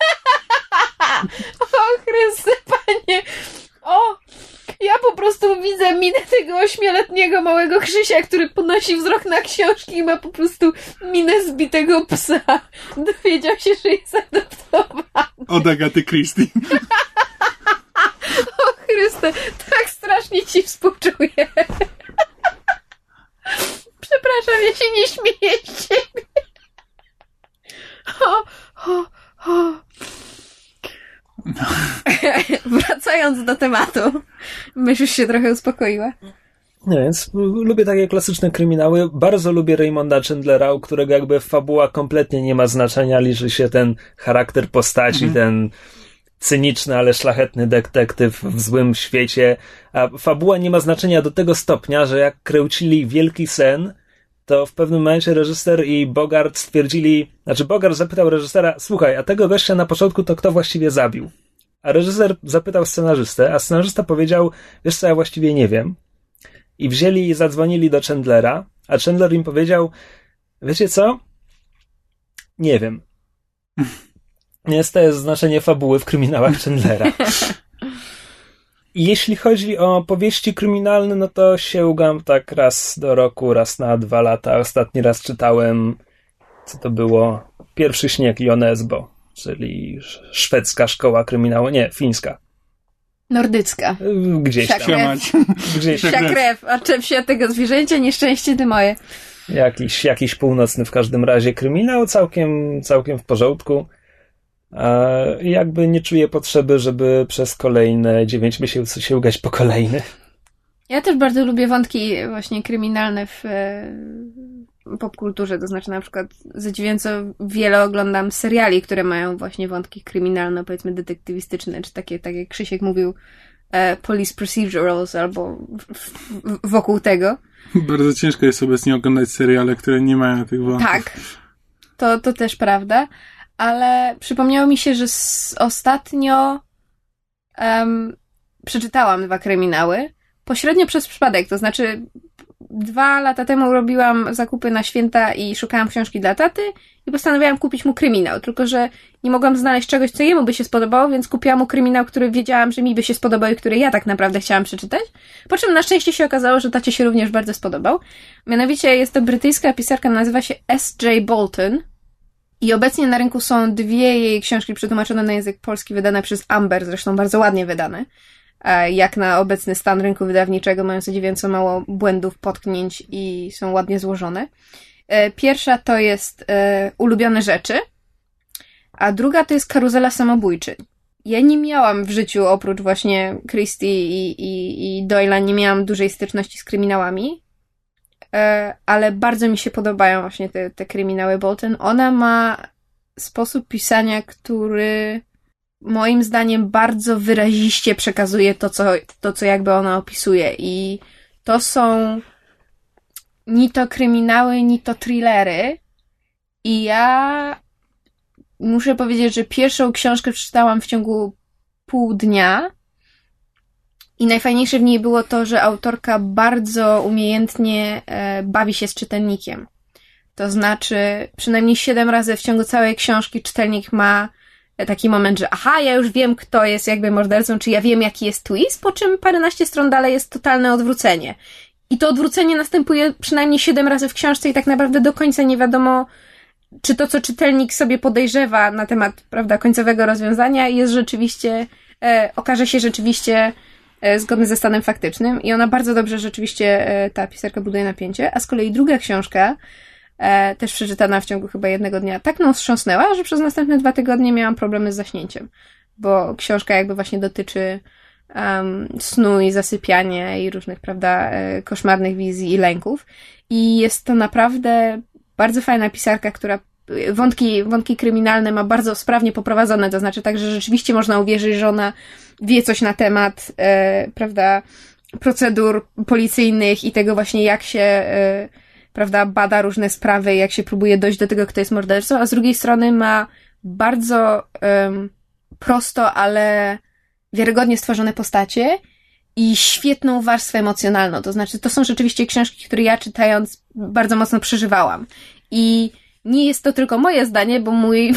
O Chryste, Panie. O, ja po prostu widzę minę tego ośmioletniego małego Krzysia, który podnosi wzrok na książki i ma po prostu minę zbitego psa. Dowiedział się, że jest adoptowany. Od Agaty Christie. O Chryste, tak strasznie ci współczuję. Przepraszam, ja się nie śmieję z ciebie. O, o, o. No. Wracając do tematu, myśl już się trochę uspokoiła. No więc lubię takie klasyczne kryminały. Bardzo lubię Raymonda Chandlera, u którego jakby fabuła kompletnie nie ma znaczenia. Liczy się ten charakter postaci, mhm. ten cyniczny, ale szlachetny detektyw w złym świecie. A fabuła nie ma znaczenia do tego stopnia, że jak kręcili Wielki Sen, to w pewnym momencie reżyser i Bogart stwierdzili, znaczy Bogart zapytał reżysera, słuchaj, a tego gościa na początku to kto właściwie zabił? A reżyser zapytał scenarzystę, a scenarzysta powiedział, wiesz co, ja właściwie nie wiem. I wzięli i zadzwonili do Chandlera, a Chandler im powiedział, wiecie co? Nie wiem. Jest to jest znaczenie fabuły w kryminałach Chandlera. Jeśli chodzi o powieści kryminalne, no to sięgam tak raz do roku, raz na dwa lata. Ostatni raz czytałem, co to było? Pierwszy śnieg Jon Esbo, czyli szwedzka szkoła kryminału, nie, fińska. Nordycka. Gdzieś tam. Krew. Gdzieś tam. krew. A czym się tego zwierzęcia? Nieszczęście ty moje. Jakiś, jakiś północny w każdym razie kryminał, całkiem, całkiem w porządku. A jakby nie czuję potrzeby, żeby przez kolejne dziewięć miesięcy sięgać po kolejny. Ja też bardzo lubię wątki właśnie kryminalne w popkulturze, to znaczy na przykład zadziwiająco wiele oglądam seriali, które mają właśnie wątki kryminalne, powiedzmy detektywistyczne, czy takie, tak jak Krzysiek mówił, e, police procedurals albo w, w, wokół tego. Bardzo ciężko jest obecnie oglądać seriale, które nie mają tych wątków. Tak, to, to też prawda. Ale przypomniało mi się, że s- ostatnio um, przeczytałam dwa kryminały, pośrednio przez przypadek, to znaczy dwa lata temu robiłam zakupy na święta i szukałam książki dla taty i postanowiłam kupić mu kryminał, tylko że nie mogłam znaleźć czegoś, co jemu by się spodobało, więc kupiłam mu kryminał, który wiedziałam, że mi by się spodobał i który ja tak naprawdę chciałam przeczytać. Po czym na szczęście się okazało, że tacie się również bardzo spodobał. Mianowicie jest to brytyjska pisarka, nazywa się S J Bolton i obecnie na rynku są dwie jej książki przetłumaczone na język polski, wydane przez Amber, zresztą bardzo ładnie wydane. Jak na obecny stan rynku wydawniczego, mają zadziwiająco mało błędów, potknięć i są ładnie złożone. Pierwsza to jest Ulubione rzeczy, a druga to jest Karuzela samobójczyń. Ja nie miałam w życiu, oprócz właśnie Christie i, i, i Doyle'a, nie miałam dużej styczności z kryminałami, ale bardzo mi się podobają właśnie te, te kryminały Bolton. Ona ma sposób pisania, który moim zdaniem bardzo wyraziście przekazuje to, co, to, co jakby ona opisuje. I to są ni to kryminały, ni to thrillery. I ja muszę powiedzieć, że pierwszą książkę przeczytałam w ciągu pół dnia. I najfajniejsze w niej było to, że autorka bardzo umiejętnie e, bawi się z czytelnikiem. To znaczy, przynajmniej siedem razy w ciągu całej książki czytelnik ma taki moment, że aha, ja już wiem, kto jest jakby mordercą, czy ja wiem, jaki jest twist, po czym paręnaście stron dalej jest totalne odwrócenie. I to odwrócenie następuje przynajmniej siedem razy w książce i tak naprawdę do końca nie wiadomo, czy to, co czytelnik sobie podejrzewa na temat, prawda, końcowego rozwiązania jest rzeczywiście, e, okaże się rzeczywiście e, zgodne ze stanem faktycznym. I ona bardzo dobrze rzeczywiście, e, ta pisarka buduje napięcie. A z kolei druga książka, E, też przeczytana w ciągu chyba jednego dnia, tak mną wstrząsnęła, że przez następne dwa tygodnie miałam problemy z zaśnięciem, bo książka jakby właśnie dotyczy um, snu i zasypiania i różnych, prawda, e, koszmarnych wizji i lęków i jest to naprawdę bardzo fajna pisarka, która wątki, wątki kryminalne ma bardzo sprawnie poprowadzone, to znaczy tak, że rzeczywiście można uwierzyć, że ona wie coś na temat, e, prawda, procedur policyjnych i tego właśnie, jak się e, prawda, bada różne sprawy, jak się próbuje dojść do tego, kto jest mordercą, a z drugiej strony ma bardzo um, prosto, ale wiarygodnie stworzone postacie i świetną warstwę emocjonalną. To znaczy, to są rzeczywiście książki, które ja czytając bardzo mocno przeżywałam. I nie jest to tylko moje zdanie, bo mój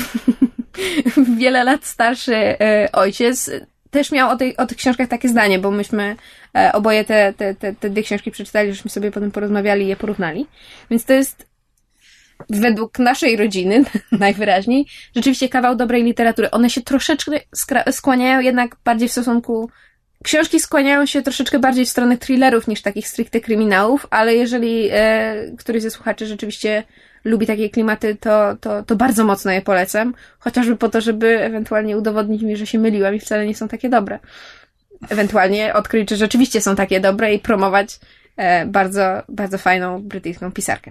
wiele lat starszy e, ojciec też miał o, tej, o tych książkach takie zdanie, bo myśmy e, oboje te, te, te, te dwie książki przeczytali, żeśmy sobie potem porozmawiali i je porównali. Więc to jest według naszej rodziny najwyraźniej rzeczywiście kawał dobrej literatury. One się troszeczkę skra- skłaniają jednak bardziej w stosunku... Książki skłaniają się troszeczkę bardziej w stronę thrillerów niż takich stricte kryminałów, ale jeżeli e, któryś ze słuchaczy rzeczywiście lubi takie klimaty, to, to, to bardzo mocno je polecam. Chociażby po to, żeby ewentualnie udowodnić mi, że się myliłam i wcale nie są takie dobre. Ewentualnie odkryć, że rzeczywiście są takie dobre i promować e, bardzo, bardzo fajną brytyjską pisarkę.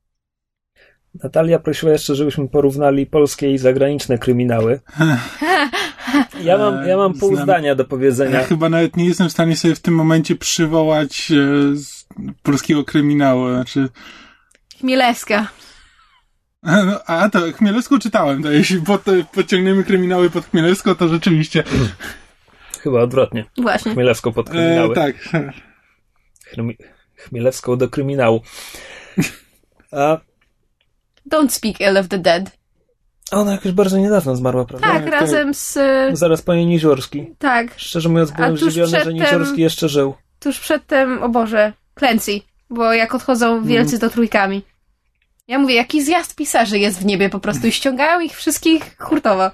Natalia prosiła jeszcze, żebyśmy porównali polskie i zagraniczne kryminały. Ja mam, ja mam pół Znam, zdania do powiedzenia. Ja chyba nawet nie jestem w stanie sobie w tym momencie przywołać e, z polskiego kryminału. Znaczy... Chmielewska. No, a to Chmielewską czytałem. To jeśli pod, podciągniemy kryminały pod Chmielewską, to rzeczywiście... Chyba odwrotnie. Właśnie. Chmielewską pod kryminały. E, tak. Chmi- Chmielewską do kryminału. A... Don't speak ill of the dead. Ona jakoś bardzo niedawno zmarła, prawda? Tak, tak, razem z... Zaraz po niej Niziorski. Tak. Szczerze mówiąc, byłem zdziwiony, przedtem, że Niziorski jeszcze żył. Tuż przedtem, o Boże, Clancy, bo jak odchodzą wielcy, to trójkami. Ja mówię, jaki zjazd pisarzy jest w niebie po prostu i ściągają ich wszystkich hurtowo.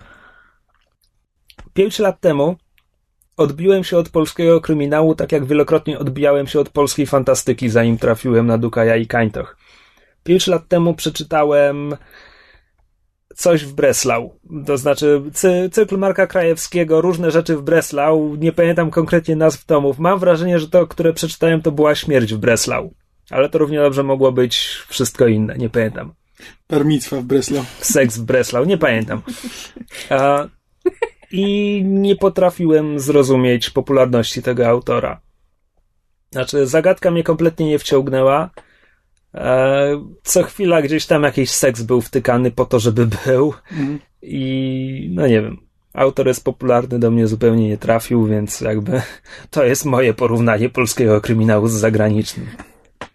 Pięć lat temu odbiłem się od polskiego kryminału, tak jak wielokrotnie odbijałem się od polskiej fantastyki, zanim trafiłem na Dukaja i Kańtoch. Pięć lat temu przeczytałem coś w Breslau. To znaczy cy, cykl Marka Krajewskiego, różne rzeczy w Breslau. Nie pamiętam konkretnie nazw tomów. Mam wrażenie, że to, które przeczytałem, to była Śmierć w Breslau. Ale to równie dobrze mogło być wszystko inne. Nie pamiętam. Bar mitzwa w Breslau. Seks w Breslau. Nie pamiętam. A, I nie potrafiłem zrozumieć popularności tego autora. Znaczy, zagadka mnie kompletnie nie wciągnęła. Co chwila gdzieś tam jakiś seks był wtykany po to, żeby był. Mm. I no nie wiem. Autor jest popularny, do mnie zupełnie nie trafił, więc jakby to jest moje porównanie polskiego kryminału z zagranicznym.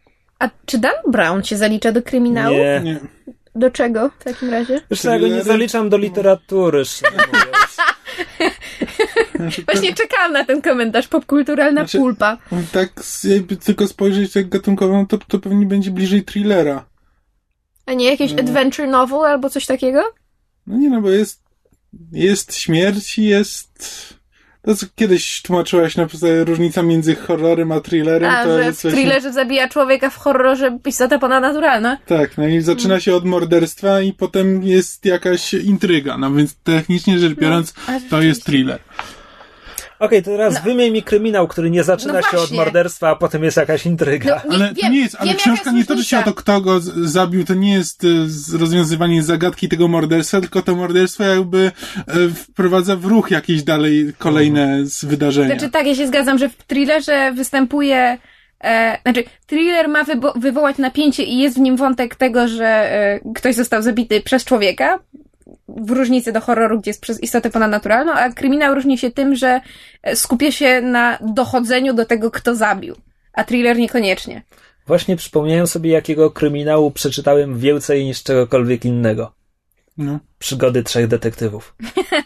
A czy Dan Brown się zalicza do kryminału? Nie. Nie. Do czego w takim razie? Wiesz co, ja go nie zaliczam do literatury, szczerze mówiąc. Właśnie czekałam na ten komentarz. Popkulturalna znaczy, pulpa. Tak, jakby tylko spojrzeć tak gatunkowo, to, to pewnie będzie bliżej thrillera. A nie jakieś no. adventure novel albo coś takiego? No nie, no bo jest jest śmierć i jest... To, co kiedyś tłumaczyłaś na podstawie różnica między horrorem a thrillerem. A, to że jest w thrillerze właśnie... zabija człowieka, w horrorze istota ponadnaturalna. Tak, no i zaczyna się od morderstwa i potem jest jakaś intryga, no więc technicznie rzecz biorąc no, to jest thriller. Okej, okay, to teraz no. wymień mi kryminał, który nie zaczyna no się od morderstwa, a potem jest jakaś intryga. No, nie, ale wiem, to nie jest, ale wiem, książka nie toczy się o to, kto go z- zabił, to nie jest y, rozwiązywanie zagadki tego morderstwa, tylko to morderstwo jakby y, wprowadza w ruch jakieś dalej kolejne z wydarzenia. Znaczy tak, ja się zgadzam, że w thrillerze występuje e, znaczy thriller ma wybo- wywołać napięcie i jest w nim wątek tego, że e, ktoś został zabity przez człowieka, w różnicy do horroru, gdzie jest przez istotę ponadnaturalną, a kryminał różni się tym, że skupia się na dochodzeniu do tego, kto zabił, a thriller niekoniecznie. Właśnie przypomniałem sobie, jakiego kryminału przeczytałem więcej niż czegokolwiek innego. No. Przygody trzech detektywów.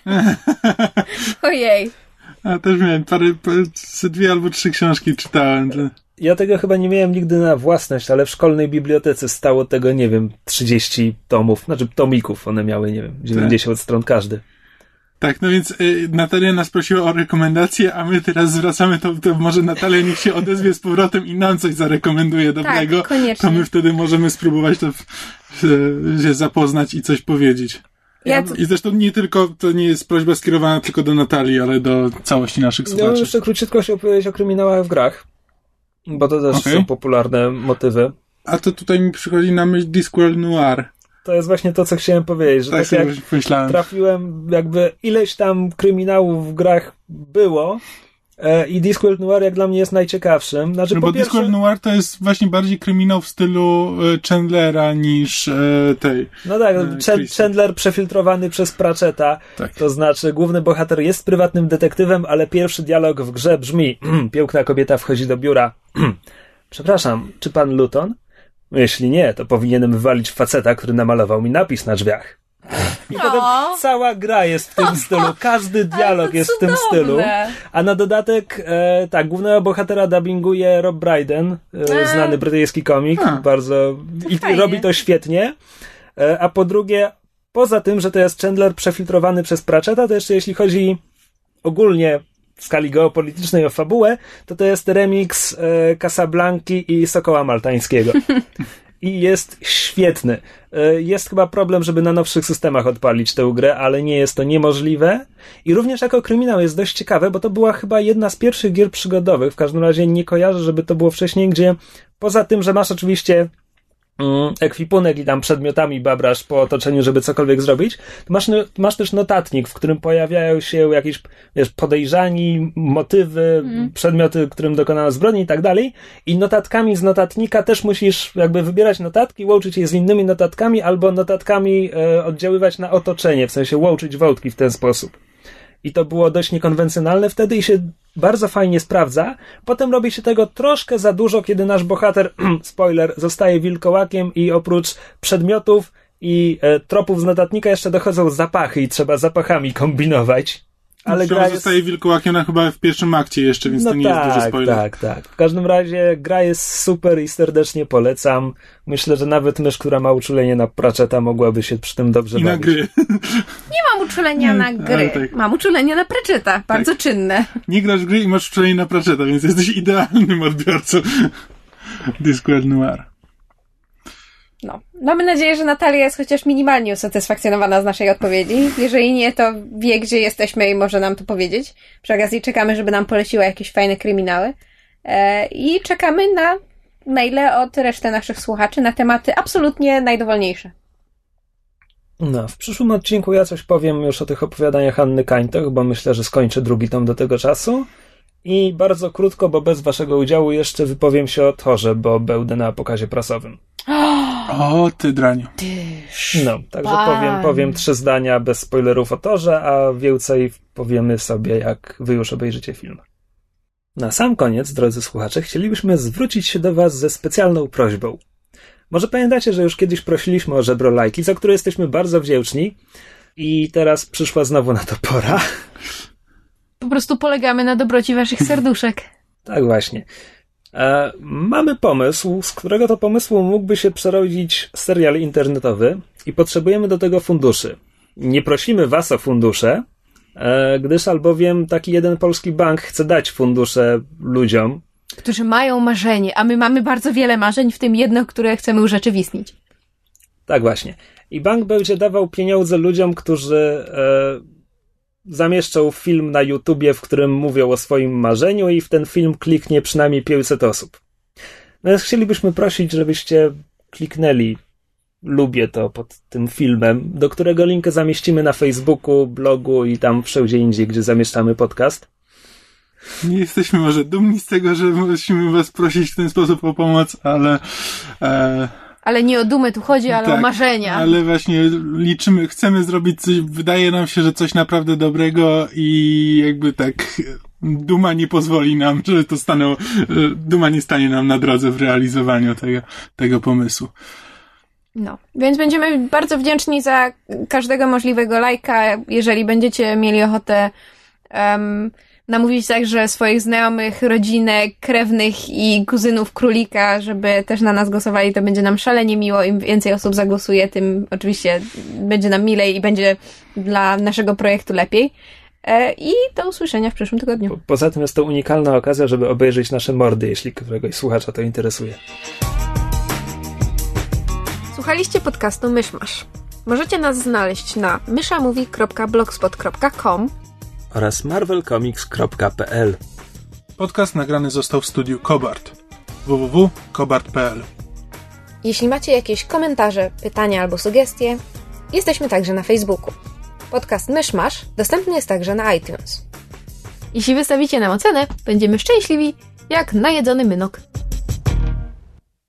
Ojej. A też miałem parę, parę, dwie albo trzy książki czytałem. To... Ja tego chyba nie miałem nigdy na własność, ale w szkolnej bibliotece stało tego, nie wiem, trzydzieści tomów, znaczy tomików one miały, nie wiem, dziewięćdziesiąt tak. stron każdy. Tak, no więc y, Natalia nas prosiła o rekomendacje, a my teraz zwracamy to, to może Natalia niech się odezwie z powrotem i nam coś zarekomenduje dobrego. Tak, koniecznie. To my wtedy możemy spróbować to y, się zapoznać i coś powiedzieć. Ja... I zresztą nie tylko, to nie jest prośba skierowana tylko do Natalii, ale do całości naszych słuchaczy. No jeszcze króciutko się opowiedzieć o kryminałach w grach. Bo to też okay. są popularne motywy. A to tutaj mi przychodzi na myśl Discworld Noir. To jest właśnie to, co chciałem powiedzieć, że tak, tak jak myślałem. trafiłem, jakby ileś tam kryminałów w grach było e, i Discworld Noir jak dla mnie jest najciekawszym. Znaczy, no po bo pierwsze... Discworld Noir to jest właśnie bardziej kryminał w stylu Chandlera niż e, tej. No tak, e, Chandler przefiltrowany przez Pratchetta, tak. To znaczy główny bohater jest prywatnym detektywem, ale pierwszy dialog w grze brzmi: piękna kobieta wchodzi do biura. Przepraszam, czy pan Luton? Jeśli nie, to powinienem wywalić faceta, który namalował mi napis na drzwiach. I o. potem cała gra jest w tym stylu, każdy dialog jest w tym stylu. A na dodatek, e, tak, głównego bohatera dubbinguje Rob Brydon, e, znany brytyjski komik, a. bardzo i, i robi to świetnie. E, a po drugie, poza tym, że to jest Chandler przefiltrowany przez Pratchetta, to jeszcze jeśli chodzi ogólnie w skali geopolitycznej o fabułę, to to jest remix e, Casablanki i Sokoła Maltańskiego. I jest świetny. E, jest chyba problem, żeby na nowszych systemach odpalić tę grę, ale nie jest to niemożliwe. I również jako kryminał jest dość ciekawe, bo to była chyba jedna z pierwszych gier przygodowych, w każdym razie nie kojarzę, żeby to było wcześniej, gdzie poza tym, że masz oczywiście Mm, ekwipunek i tam przedmiotami babrasz po otoczeniu, żeby cokolwiek zrobić, to masz, masz też notatnik, w którym pojawiają się jakieś, wiesz, podejrzani, motywy, mm. przedmioty, którym dokonano zbrodni i tak dalej, i notatkami z notatnika też musisz jakby wybierać notatki, łączyć je z innymi notatkami albo notatkami e, oddziaływać na otoczenie, w sensie łączyć wątki w ten sposób. I to było dość niekonwencjonalne wtedy i się bardzo fajnie sprawdza. Potem robi się tego troszkę za dużo, kiedy nasz bohater, spoiler, zostaje wilkołakiem i oprócz przedmiotów i e, tropów z notatnika jeszcze dochodzą zapachy i trzeba zapachami kombinować. Ale gra jest... zostaje wilkołakiem na chyba w pierwszym akcie jeszcze, więc no to nie tak, jest duży spoiler. Tak, tak. W każdym razie gra jest super i serdecznie polecam. Myślę, że nawet mysz, która ma uczulenie na Pratchetta, mogłaby się przy tym dobrze I bawić. na gry. Nie mam uczulenia na gry. Tak. Mam uczulenie na Pratchetta. Bardzo tak. czynne. Nie grasz w gry i masz uczulenie na Pratchetta, więc jesteś idealnym odbiorcą Discworld Noir. No. Mamy nadzieję, że Natalia jest chociaż minimalnie usatysfakcjonowana z naszej odpowiedzi. Jeżeli nie, to wie, gdzie jesteśmy i może nam to powiedzieć. Przy okazji czekamy, żeby nam poleciła jakieś fajne kryminały. E, I czekamy na maile od reszty naszych słuchaczy na tematy absolutnie najdowolniejsze. No, w przyszłym odcinku ja coś powiem już o tych opowiadaniach Anny Kańtoch, bo myślę, że skończę drugi tom do tego czasu. I bardzo krótko, bo bez waszego udziału jeszcze wypowiem się o Thorze, bo będę na pokazie prasowym. O, ty draniu. No, także powiem, powiem trzy zdania bez spoilerów o Thorze, a więcej powiemy sobie, jak wy już obejrzycie film. Na sam koniec, drodzy słuchacze, chcielibyśmy zwrócić się do was ze specjalną prośbą. Może pamiętacie, że już kiedyś prosiliśmy o żebro lajki, za które jesteśmy bardzo wdzięczni i teraz przyszła znowu na to pora. Po prostu polegamy na dobroci waszych serduszek. Tak właśnie. E, mamy pomysł, z którego to pomysłu mógłby się przerodzić serial internetowy i potrzebujemy do tego funduszy. Nie prosimy was o fundusze, e, gdyż albowiem taki jeden polski bank chce dać fundusze ludziom, którzy mają marzenie, a my mamy bardzo wiele marzeń, w tym jedno, które chcemy urzeczywistnić. Tak właśnie. I bank będzie dawał pieniądze ludziom, którzy e, zamieszczą film na YouTubie, w którym mówią o swoim marzeniu i w ten film kliknie przynajmniej pięćset osób. No więc chcielibyśmy prosić, żebyście kliknęli lubię to pod tym filmem, do którego linkę zamieścimy na Facebooku, blogu i tam wszędzie indziej, gdzie zamieszczamy podcast. Nie jesteśmy może dumni z tego, że musimy was prosić w ten sposób o pomoc, ale... E... Ale nie o dumę tu chodzi, ale tak, o marzenia. Ale właśnie liczymy, chcemy zrobić coś, wydaje nam się, że coś naprawdę dobrego i jakby tak duma nie pozwoli nam, żeby to stanęło, duma nie stanie nam na drodze w realizowaniu tego, tego pomysłu. No, więc będziemy bardzo wdzięczni za każdego możliwego lajka, jeżeli będziecie mieli ochotę um, namówić także swoich znajomych, rodzinek, krewnych i kuzynów królika, żeby też na nas głosowali, to będzie nam szalenie miło. Im więcej osób zagłosuje, tym oczywiście będzie nam milej i będzie dla naszego projektu lepiej. I do usłyszenia w przyszłym tygodniu. Po, poza tym jest to unikalna okazja, żeby obejrzeć nasze mordy, jeśli któregoś słuchacza to interesuje. Słuchaliście podcastu Myszmasz. Możecie nas znaleźć na myszamovie kropka blogspot kropka com oraz marvel comics kropka p l. Podcast nagrany został w studiu Kobart. w w w kropka kobart kropka p l. Jeśli macie jakieś komentarze, pytania albo sugestie, jesteśmy także na Facebooku. Podcast Myszmasz dostępny jest także na iTunes. Jeśli wystawicie nam ocenę, będziemy szczęśliwi jak najedzony mynok.